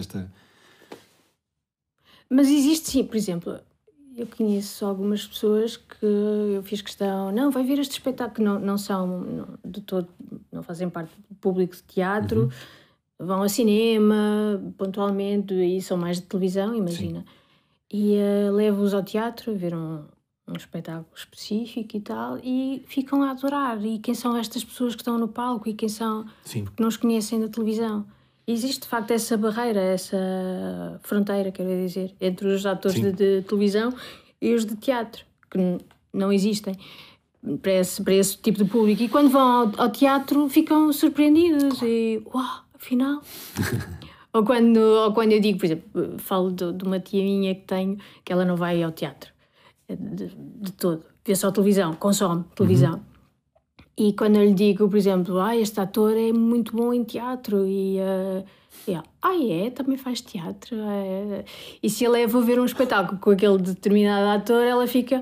Mas existe sim, por exemplo... Eu conheço algumas pessoas que eu fiz questão, não, vai ver este espetáculo, não são de todo, não fazem parte do público de teatro, vão ao cinema pontualmente e são mais de televisão, imagina. Sim. E levo-os ao teatro a ver um espetáculo específico e tal, e ficam a adorar. E quem são estas pessoas que estão no palco e quem são, porque não os conhecem da televisão. Existe de facto essa barreira, essa fronteira, quero dizer, entre os atores de televisão e os de teatro, que não existem para esse tipo de público. E quando vão ao teatro ficam surpreendidos e uau, afinal. ou quando eu digo, por exemplo, falo de uma tia minha que tenho, que ela não vai ao teatro de todo, vê só televisão, consome televisão. E quando eu lhe digo, por exemplo, este ator é muito bom em teatro e também faz teatro. E se ele leva a ver um espetáculo com aquele determinado ator, ela fica,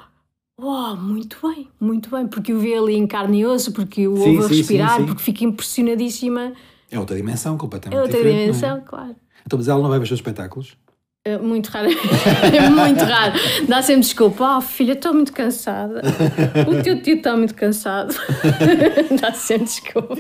muito bem, porque o vê ali em carne e osso, porque o ouve a respirar, porque fica impressionadíssima. É outra dimensão completamente diferente. É outra dimensão, claro. Então, mas ela não vai ver os seus espetáculos? Muito raro. É muito raro. Dá sempre desculpa. Filha, estou muito cansada. O teu tio está muito cansado. Dá sempre desculpa.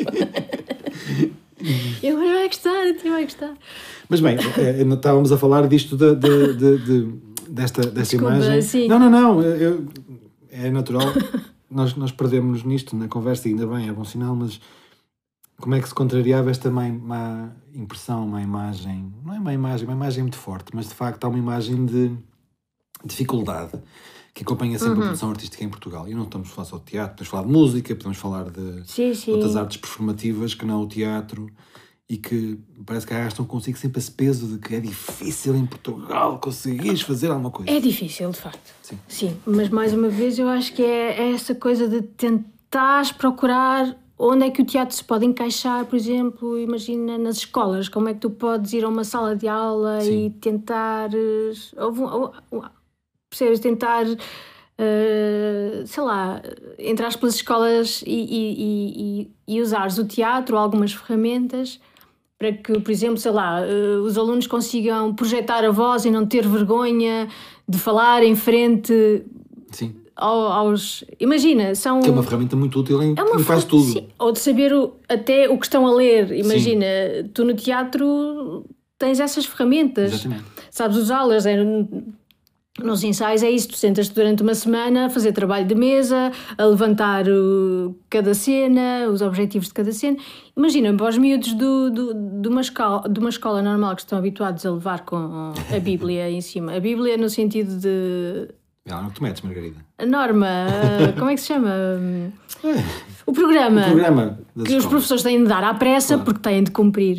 Mas vai gostar, o tio vai gostar. Mas bem, estávamos a falar disto desta desculpa, imagem. Sim. Não. É natural. nós perdemos nisto na conversa e ainda bem, é bom sinal, mas como é que se contrariava esta má impressão, má imagem? Não é má imagem, uma imagem muito forte, mas de facto há uma imagem de dificuldade que acompanha sempre a produção artística em Portugal. E não estamos a falar só de teatro, podemos falar de música, podemos falar de outras artes performativas que não o teatro e que parece que arrastam consigo sempre esse peso de que é difícil em Portugal conseguires fazer alguma coisa. É difícil, de facto. Sim, mas mais uma vez eu acho que é essa coisa de tentares procurar onde é que o teatro se pode encaixar, por exemplo, imagina nas escolas, como é que tu podes ir a uma sala de aula e tentares, percebes, tentar, sei lá, entrares pelas escolas e usares o teatro ou algumas ferramentas para que, por exemplo, sei lá, os alunos consigam projetar a voz e não ter vergonha de falar em frente... Sim. Imagina, são... Que é uma ferramenta muito útil em quase tudo. Sim, ou de saber até o que estão a ler. Imagina, tu no teatro tens essas ferramentas. Exatamente. Sabes usá-las. Nos ensaios é isso, tu sentas-te durante uma semana a fazer trabalho de mesa, a levantar cada cena, os objetivos de cada cena. Imagina, para os miúdos de uma escola normal que estão habituados a levar com a Bíblia em cima. A Bíblia no sentido de... Não, não te metes, Margarida. A norma, como é que se chama? O programa que os professores têm de dar à pressa, porque têm de cumprir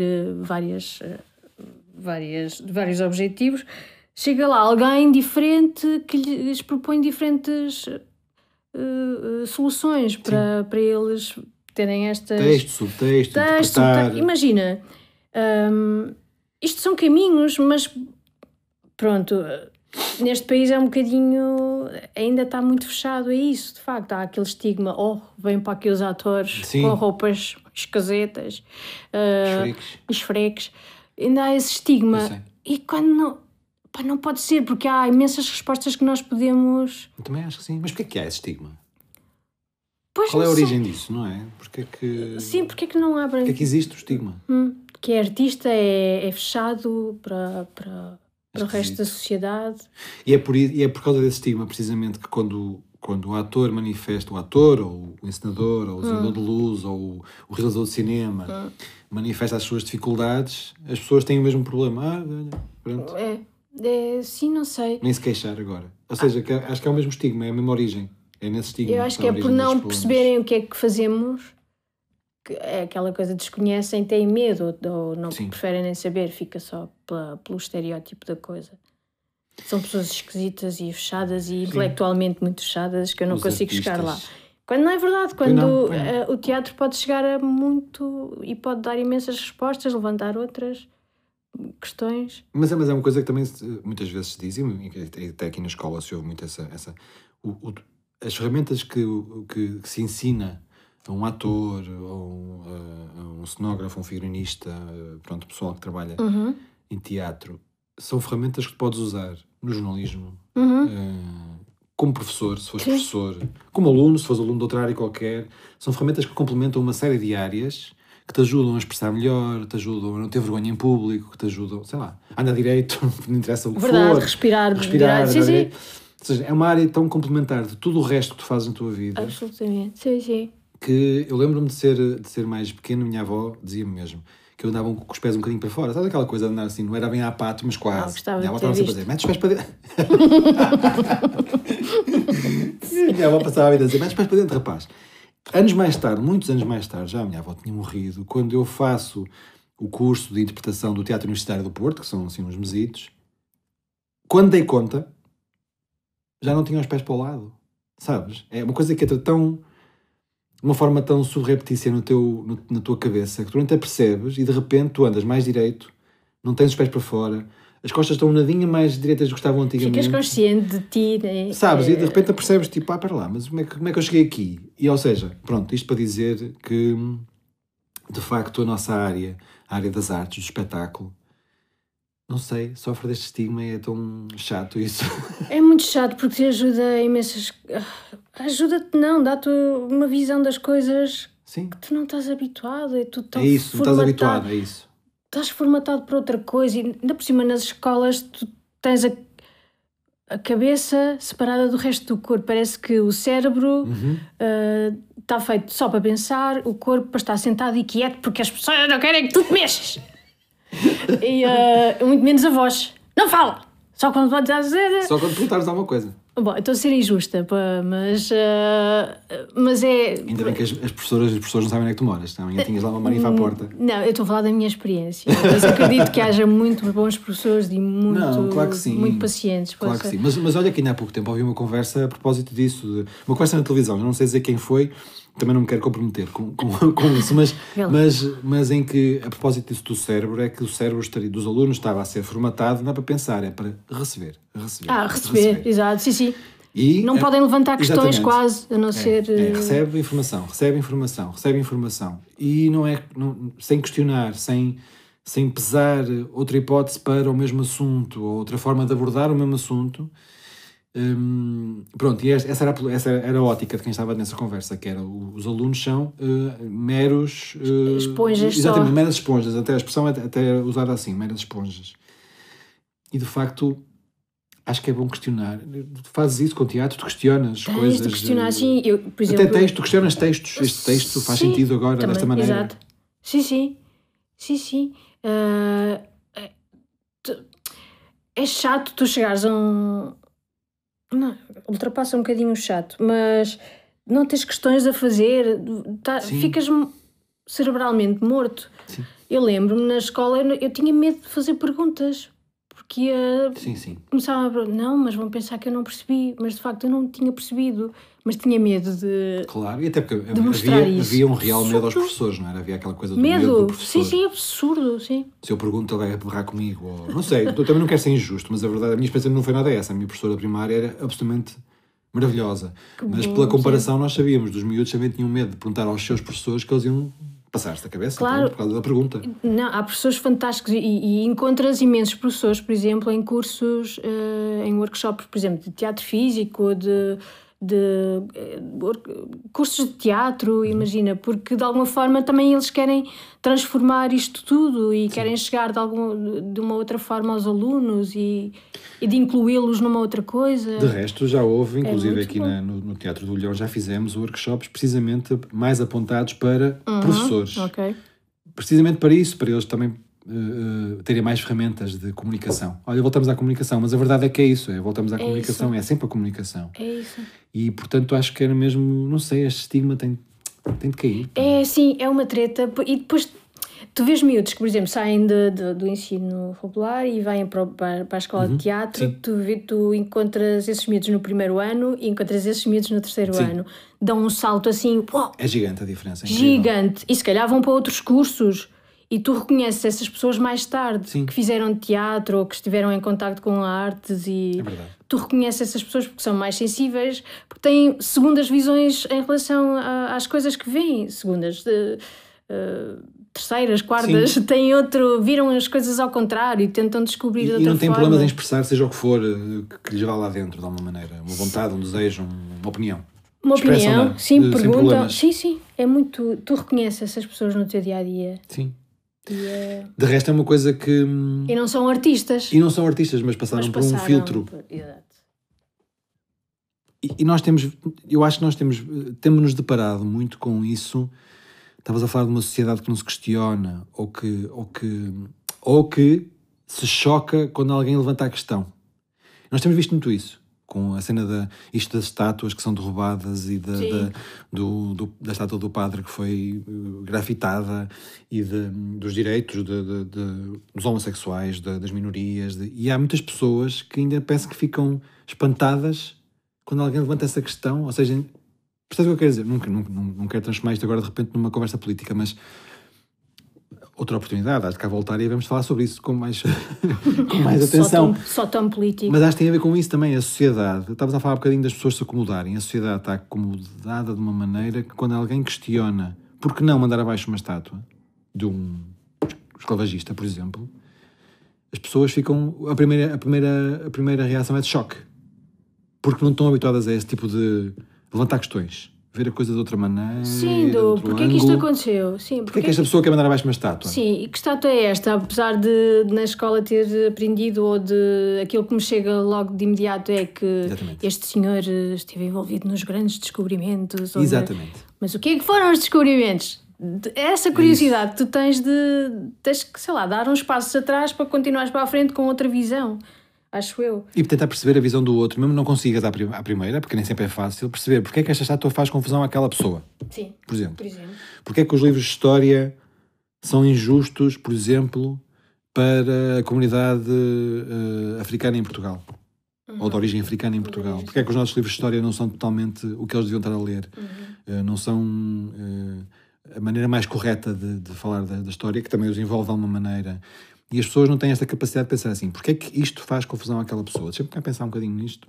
vários objetivos. Chega lá alguém diferente que lhes propõe diferentes soluções para eles terem estas... Texto, subtexto, interpretar... Imagina, isto são caminhos, mas pronto, neste país é um bocadinho... Ainda está muito fechado a isso, de facto. Há aquele estigma, vêm para aqui os atores com roupas escasetas, esfreques. Ainda há esse estigma. E quando não... não pode ser, porque há imensas respostas que nós podemos... Eu também acho que sim. Mas porquê é que há esse estigma? Pois qual é a origem disso, não é? Porque é que... Sim, porque é que não abrem... Porque é que existe o estigma? Que é artista, é fechado para o resto da sociedade. E é por causa desse estigma, precisamente, que quando o ator manifesta, o ator, ou o encenador, ou o desenhador de luz, ou o realizador de cinema, manifesta as suas dificuldades, as pessoas têm o mesmo problema. Pronto. Sim, não sei. Nem se queixar agora. Ou seja, acho que é o mesmo estigma, é a mesma origem. É nesse estigma. Eu acho que é por não perceberem o que é que fazemos, que é aquela coisa, desconhecem, têm medo, ou não preferem nem saber, fica só pelo estereótipo da coisa. São pessoas esquisitas e fechadas e intelectualmente muito fechadas, que eu não consigo chegar lá. Quando não é verdade, quando o teatro pode chegar a muito e pode dar imensas respostas, levantar outras questões. Mas é uma coisa que também muitas vezes se diz, e até aqui na escola se ouve muito as ferramentas que se ensina a um ator, ou a um cenógrafo, um figurinista, pronto, pessoal que trabalha em teatro, são ferramentas que tu podes usar no jornalismo, como professor, se fores professor, como aluno, se fores aluno de outra área qualquer. São ferramentas que complementam uma série de áreas que te ajudam a expressar melhor, te ajudam a não ter vergonha em público, que te ajudam, sei lá, a andar direito, não interessa o que for. Respirar, sim. Ou seja, é uma área tão complementar de tudo o resto que tu fazes na tua vida. Absolutamente, sim. Que eu lembro-me de ser mais pequeno, minha avó dizia-me mesmo que eu andava com os pés um bocadinho para fora. Sabe aquela coisa de andar assim, não era bem à pato, mas quase. Minha avó estava sempre a dizer, mete os pés para dentro. Minha avó passava a vida a dizer, mete os pés para dentro, rapaz. Muitos anos mais tarde, já a minha avó tinha morrido, quando eu faço o curso de interpretação do Teatro Universitário do Porto, que são assim uns mesitos, quando dei conta, já não tinha os pés para o lado, sabes? É uma coisa que é uma forma tão subreptícia na tua cabeça, que tu não até percebes e de repente tu andas mais direito, não tens os pés para fora, as costas estão um nadinha mais direitas do que estavam antigamente. Ficas consciente de ti, né? Sabes? E de repente percebes, tipo, para lá, mas como é que eu cheguei aqui? E, ou seja, pronto, isto para dizer que, de facto, a nossa área, a área das artes, do espetáculo, não sei, sofre deste estigma e é tão chato isso. É muito chato porque te ajuda a imensas... Ajuda-te não, dá-te uma visão das coisas que tu não estás habituado. É tudo tão isso, não estás habituado, é isso. Estás formatado para outra coisa e ainda por cima nas escolas tu tens a cabeça separada do resto do corpo. Parece que o cérebro está feito só para pensar, o corpo para estar sentado e quieto porque as pessoas não querem que tu te mexes. E muito menos a voz. Não fala! Só quando podes dizer... Só quando perguntares alguma coisa. Bom, eu estou a ser injusta, mas é... Ainda bem que as professoras e os professores não sabem onde é que tu moras. Amanhã tinhas lá uma manifa à porta. Não, eu estou a falar da minha experiência. Mas acredito que haja muito bons professores e claro que sim. Muito pacientes. Claro que sim. Mas olha que ainda há pouco tempo ouvi uma conversa a propósito disso. Uma conversa na televisão. Eu não sei dizer quem foi. Também não me quero comprometer com isso. Mas em que, a propósito disso do cérebro, é que o cérebro dos alunos estava a ser formatado, não é para pensar, é para receber. Receber. Exato, sim. E não podem levantar questões quase, a não ser... recebe informação. E sem questionar, sem pesar outra hipótese para o mesmo assunto, ou outra forma de abordar o mesmo assunto. Pronto, e essa era a ótica de quem estava nessa conversa, que era os alunos são meros... esponjas. Exatamente, só. meras esponjas, até a expressão é até usada assim, meras esponjas. E de facto... Acho que é bom questionar. Tu fazes isso com teatro, tu questionas coisas. De questionar, sim. Eu, por exemplo, até texto, tu questionas textos. Este texto faz sentido agora, também, desta maneira. Exato. Sim. É chato tu chegares a um... Não, ultrapassa um bocadinho o chato, mas não tens questões a fazer, ficas cerebralmente morto. Sim. Eu lembro-me na escola, eu tinha medo de fazer perguntas. porque ia... Sim. Começava a... Não, mas vão pensar que eu não percebi. Mas de facto eu não tinha percebido. Mas tinha medo de... Claro, e até porque havia um real medo aos professores, não era? Havia aquela coisa do medo do professor. Sim, absurdo, sim. Se eu pergunto, ele vai berrar comigo, ou... Não sei, eu também não quero ser injusto, mas a verdade, a minha experiência não foi nada essa. A minha professora primária era absolutamente maravilhosa. Mas pela comparação, nós sabíamos, dos miúdos também tinham medo de perguntar aos seus professores que eles iam passar-se da cabeça, claro, por causa da pergunta. Não, há professores fantásticos e encontras imensos professores, por exemplo, em cursos, em workshops, por exemplo, de teatro físico ou de cursos de teatro, imagina, porque de alguma forma também eles querem transformar isto tudo e querem chegar de uma outra forma aos alunos e de incluí-los numa outra coisa. De resto, já houve, inclusive aqui no Teatro do Leão, já fizemos workshops precisamente mais apontados para professores. Okay. Precisamente para isso, para eles também terem mais ferramentas de comunicação. Olha, voltamos à comunicação, mas a verdade é que é isso, voltamos à comunicação, isso. É sempre a comunicação. É isso. E, portanto, acho que era mesmo, não sei, este estigma tem de cair. Sim, é uma treta. E depois tu vês miúdos que, por exemplo, saem do ensino popular e vêm para a escola de teatro, tu encontras esses miúdos no primeiro ano e encontras esses miúdos no terceiro ano. Dão um salto assim... Uau, é gigante a diferença. Gigante. E se calhar vão para outros cursos. E tu reconheces essas pessoas mais tarde, que fizeram teatro ou que estiveram em contacto com artes e tu reconheces essas pessoas porque são mais sensíveis, porque têm segundas visões em relação às coisas que veem, terceiras, quartas, viram as coisas ao contrário e tentam descobrir de outra forma. E não têm problemas em expressar, seja o que for, que lhes vá lá dentro de alguma maneira, uma vontade, um desejo, uma opinião. Uma opinião, sim, perguntam. Sim, é muito... Tu reconheces essas pessoas no teu dia-a-dia. Sim. De resto é uma coisa que... E não são artistas. Mas passaram por um filtro. Exato. E nós eu acho que nós temos-nos deparado muito com isso. Estavas a falar de uma sociedade que não se questiona ou que se choca quando alguém levanta a questão. Nós temos visto muito isso. Com a cena das estátuas que são derrubadas e da estátua do padre que foi grafitada e dos direitos dos homossexuais, das minorias. E há muitas pessoas que ainda parece que ficam espantadas quando alguém levanta essa questão. Ou seja, percebes o que eu quero dizer? Não quero transformar isto agora de repente numa conversa política, mas... outra oportunidade, há de cá voltar e vamos falar sobre isso com mais atenção. Só tão político. Mas acho que tem a ver com isso também, a sociedade. Estavas a falar um bocadinho das pessoas se acomodarem. A sociedade está acomodada de uma maneira que quando alguém questiona por que não mandar abaixo uma estátua de um esclavagista, por exemplo, as pessoas ficam... A primeira reação é de choque. Porque não estão habituadas a esse tipo de levantar questões. Ver a coisa de outra maneira. Sim, porque é que isto aconteceu? Sim, porque é que esta pessoa quer mandar abaixo uma estátua? Sim, e que estátua é esta? Apesar de na escola ter aprendido ou de aquilo que me chega logo de imediato é que este senhor esteve envolvido nos grandes descobrimentos. Exatamente. Mas o que é que foram os descobrimentos? Essa curiosidade que tu tens que, sei lá, dar uns passos atrás para continuares para a frente com outra visão. Acho eu. E tentar perceber a visão do outro, mesmo não consigas à primeira, porque nem sempre é fácil, perceber porque é que esta estátua faz confusão àquela pessoa. Sim. Por exemplo. Porque é que os livros de história são injustos, por exemplo, para a comunidade africana em Portugal. Ou de origem africana em Portugal. Porque é que os nossos livros de história não são totalmente o que eles deviam estar a ler. Não são a maneira mais correta de falar da história, que também os envolve de alguma maneira. E as pessoas não têm esta capacidade de pensar assim, porque é que isto faz confusão àquela pessoa? Deixa-me cá pensar um bocadinho nisto.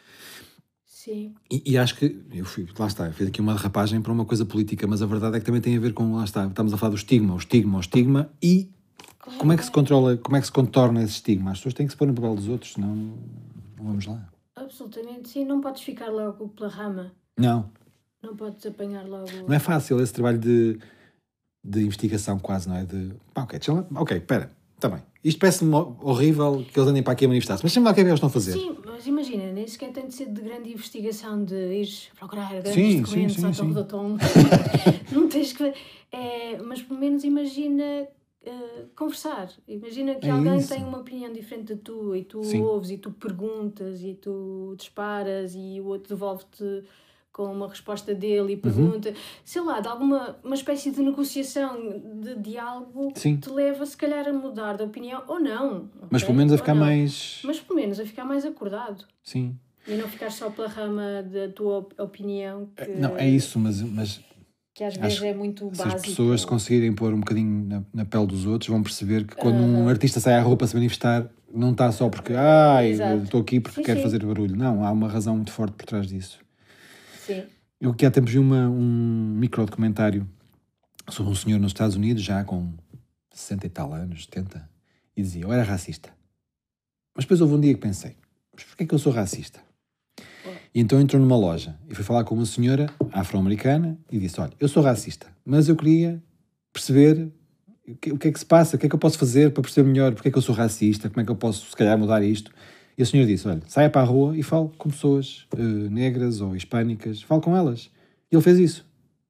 Sim. E acho que, fiz aqui uma derrapagem para uma coisa política, mas a verdade é que também tem a ver com, estamos a falar do estigma, o estigma e como é que se controla, como é que se contorna esse estigma? As pessoas têm que se pôr no papel dos outros, senão não vamos lá. Absolutamente, sim, não podes ficar logo pela rama. Não. Não podes apanhar logo... Não é fácil esse trabalho de investigação quase, não é? Ok, espera. Está bem. Isto parece-me horrível que eles andem para aqui a manifestar-se, mas sempre lá o que é que eles estão a fazer. Sim, mas imagina, nem sequer tem de ser de grande investigação, de ires procurar grandes documentos ao topo do tom. Não tens que... mas pelo menos imagina conversar. Imagina que alguém tem uma opinião diferente de tu e tu ouves e tu perguntas e tu disparas e o outro devolve-te com uma resposta dele e pergunta, sei lá, de alguma uma espécie de negociação, de diálogo, Sim. te leva se calhar a mudar de opinião ou não. Mas ok? pelo menos a Ou ficar não. mais... Mas pelo menos a ficar mais acordado. Sim. E não ficar só pela rama da tua opinião. Que, Não, é isso, mas que às vezes é muito se básico. as pessoas se conseguirem pôr um bocadinho na pele dos outros, vão perceber que quando um artista sai à rua para se manifestar, não está só porque Exato. estou aqui porque Sim, quero sim. fazer barulho. Não, há uma razão muito forte por trás disso. Sim. Eu que há tempos vi um microdocumentário sobre um senhor nos Estados Unidos, já com 60 e tal anos, 70, e dizia, eu era racista. Mas depois houve um dia que pensei, mas porquê é que eu sou racista? E então entrou numa loja e foi falar com uma senhora afro-americana e disse, olha, eu sou racista, mas eu queria perceber o que é que se passa, o que é que eu posso fazer para perceber melhor porque é que eu sou racista, como é que eu posso, se calhar, mudar isto. E a senhora disse, olha, saia para a rua e fale com pessoas negras ou hispânicas, fale com elas. E ele fez isso.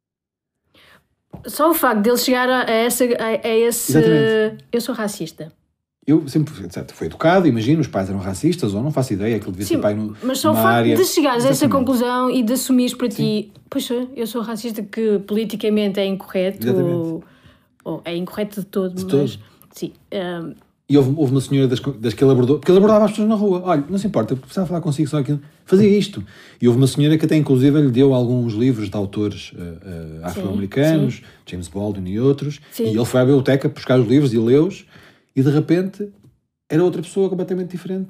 Só o facto de ele chegar a esse Exatamente. eu sou racista. Eu sempre fui educado, imagino, os pais eram racistas ou não faço ideia, aquilo devia ser pai mas só o numa facto área... de chegares a essa Exatamente. conclusão e de assumires para ti, pois eu sou racista, que politicamente é incorreto, ou é incorreto de todo, mas sim. E houve uma senhora das que ele abordou, porque ele abordava as pessoas na rua, olha, não se importa, eu precisava falar consigo só aquilo, fazia isto. E houve uma senhora que até inclusive lhe deu alguns livros de autores afro-americanos, James Baldwin e outros, e ele foi à biblioteca buscar os livros e leu-os, e de repente era outra pessoa completamente diferente.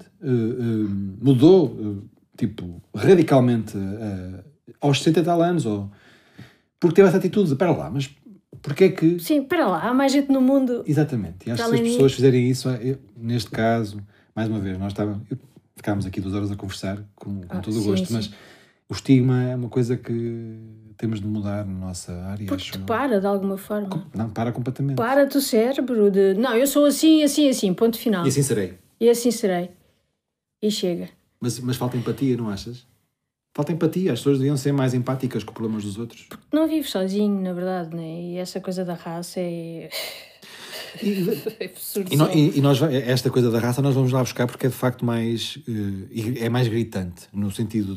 Mudou, tipo, radicalmente aos 60 e tal anos, porque teve essa atitude de, espera lá, mas porque é que... Sim, espera lá, há mais gente no mundo... Exatamente, e acho que se as pessoas fizerem isso, neste caso, mais uma vez, ficámos aqui 2 horas a conversar com todo o gosto, mas o estigma é uma coisa que temos de mudar na nossa área. Porque te para de alguma forma. Não, para completamente. Para-te o cérebro de, não, eu sou assim, assim, assim, ponto final. E assim serei. E assim serei. E chega. Mas falta empatia, não achas? Falta empatia, as pessoas deviam ser mais empáticas com os problemas dos outros. Porque não vives sozinho, na verdade, né? E essa coisa da raça é... é absurdo. E nós, esta coisa da raça nós vamos lá buscar porque é de facto mais... é mais gritante, no sentido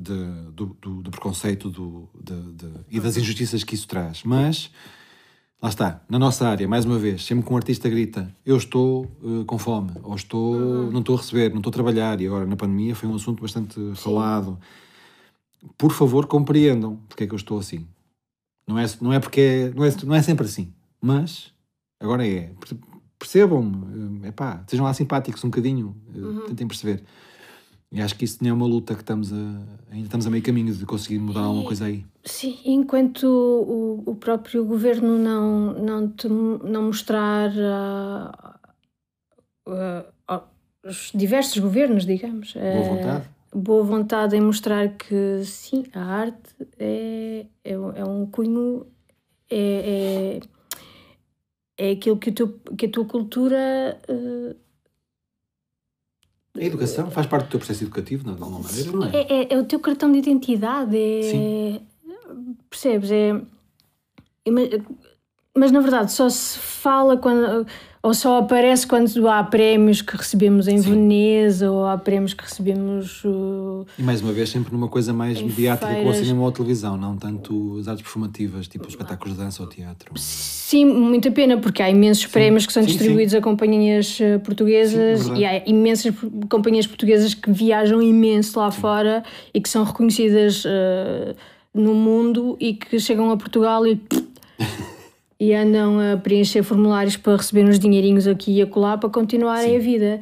do preconceito e das injustiças que isso traz. Mas, lá está, na nossa área, mais uma vez, sempre que um artista grita, eu estou com fome, ou não estou a receber, não estou a trabalhar, e agora na pandemia foi um assunto bastante falado... Por favor, compreendam porque é que eu estou assim. Não é porque não é sempre assim, mas agora é. Percebam-me, sejam lá simpáticos um bocadinho, tentem perceber. E acho que isso não é uma luta que ainda estamos a meio caminho de conseguir mudar alguma coisa aí. Sim, enquanto o próprio governo não mostrar os diversos governos, digamos, boa vontade em mostrar que sim, a arte é um cunho, é aquilo que a tua cultura... A educação faz parte do teu processo educativo, de alguma maneira, não é? É o teu cartão de identidade, Sim. Percebes? Mas na verdade só se fala quando... Ou só aparece quando há prémios que recebemos em Veneza, ou há prémios que recebemos... E mais uma vez, sempre numa coisa mais mediática com o cinema ou a televisão, não tanto as artes performativas, tipo os espetáculos de dança ou teatro. Sim, muita pena, porque há imensos prémios que são distribuídos a companhias portuguesas, e há imensas companhias portuguesas que viajam imenso lá fora e que são reconhecidas no mundo e que chegam a Portugal e andam a preencher formulários para receber uns dinheirinhos aqui e acolá para continuarem a vida.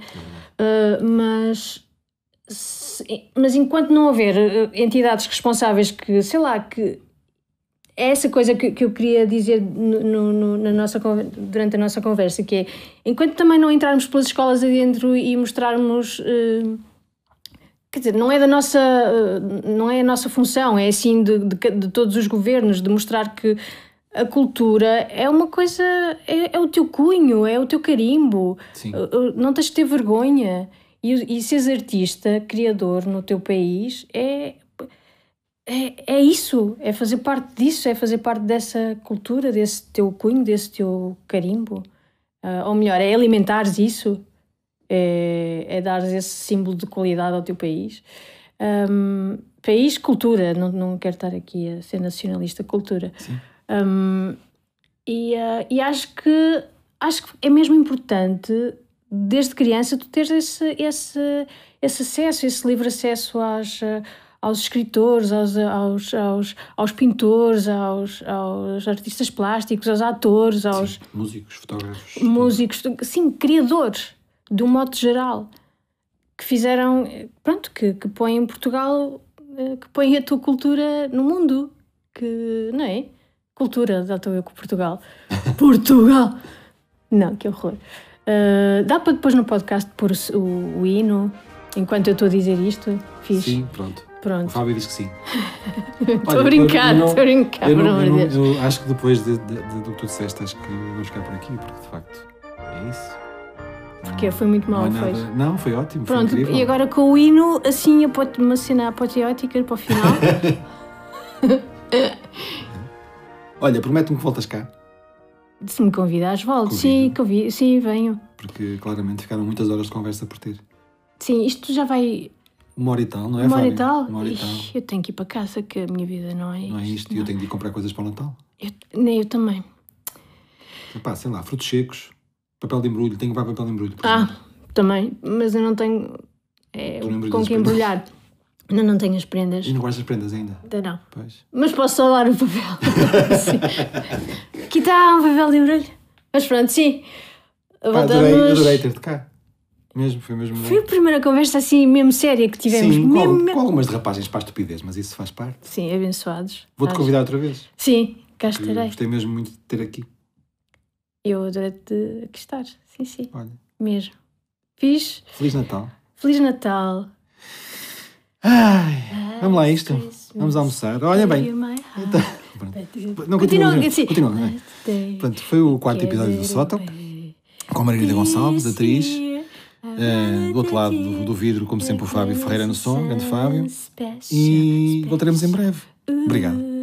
Mas enquanto não houver entidades responsáveis que, sei lá, que é essa coisa que eu queria dizer durante a nossa conversa, que é, enquanto também não entrarmos pelas escolas adentro e mostrarmos... quer dizer, não é a nossa função, é assim de todos os governos, de mostrar que a cultura é uma coisa, é o teu cunho, é o teu carimbo. Sim. Não tens de ter vergonha. E seres artista, criador no teu país, é isso, é fazer parte disso, é fazer parte dessa cultura, desse teu cunho, desse teu carimbo. Ou melhor, é alimentares isso, é dares esse símbolo de qualidade ao teu país. País, cultura, não quero estar aqui a ser nacionalista, cultura. E acho que é mesmo importante, desde criança, tu teres esse acesso, esse livre acesso aos escritores, aos pintores, aos artistas plásticos, aos atores, aos músicos, fotógrafos. Músicos, sim, criadores, de um modo geral, que fizeram, pronto, que põem Portugal, que põem a tua cultura no mundo, que, não é? Cultura, já estou eu com Portugal. Portugal! Não, que horror. Dá para depois no podcast pôr o hino, enquanto eu estou a dizer isto? Fiz. Sim, pronto. O Fábio diz que sim. Estou a brincar, eu acho que depois do que tu disseste, acho que vamos ficar por aqui, porque de facto é isso. Porque foi muito mal feito. Não, foi ótimo. Pronto, foi e agora com o hino, assim, eu posso uma cena apoteótica para o final. Olha, promete-me que voltas cá. Se me convidares, volto. Sim, venho. Porque claramente ficaram muitas horas de conversa por ter. Sim, isto já vai... 1h e tal, não é, Fábio? 1h e tal? 1h e tal. Eu tenho que ir para casa, que a minha vida não é isto. Não é isto, e eu tenho de ir comprar coisas para o Natal. Eu também. Epá, sei lá, frutos secos, papel de embrulho, tenho que comprar papel de embrulho. Também, mas eu não tenho com que embrulhar. Não tenho as prendas. E não guardas as prendas ainda? Ainda não. Pois. Mas posso só dar o papel. Aqui está um papel de embrulho. Mas pronto, sim. Adorei ter-te cá. Foi mesmo. Foi a primeira conversa assim mesmo séria que tivemos. Sim, com algumas derrapagens para a estupidez, mas isso faz parte. Sim, abençoados. Vou-te convidar outra vez. Sim, cá estarei. Gostei mesmo muito de ter aqui. Eu adorei-te aqui estar. Sim. Olha. Mesmo. Fiz. Feliz Natal. Feliz Natal. Ai, vamos lá a isto. Vamos almoçar. Olha bem. Não, continua. Pronto, foi o 4º episódio do Sótão, com a Margarida Gonçalves, atriz. Do outro lado do vidro, como sempre, o Fábio Ferreira no som, grande Fábio. E voltaremos em breve. Obrigado.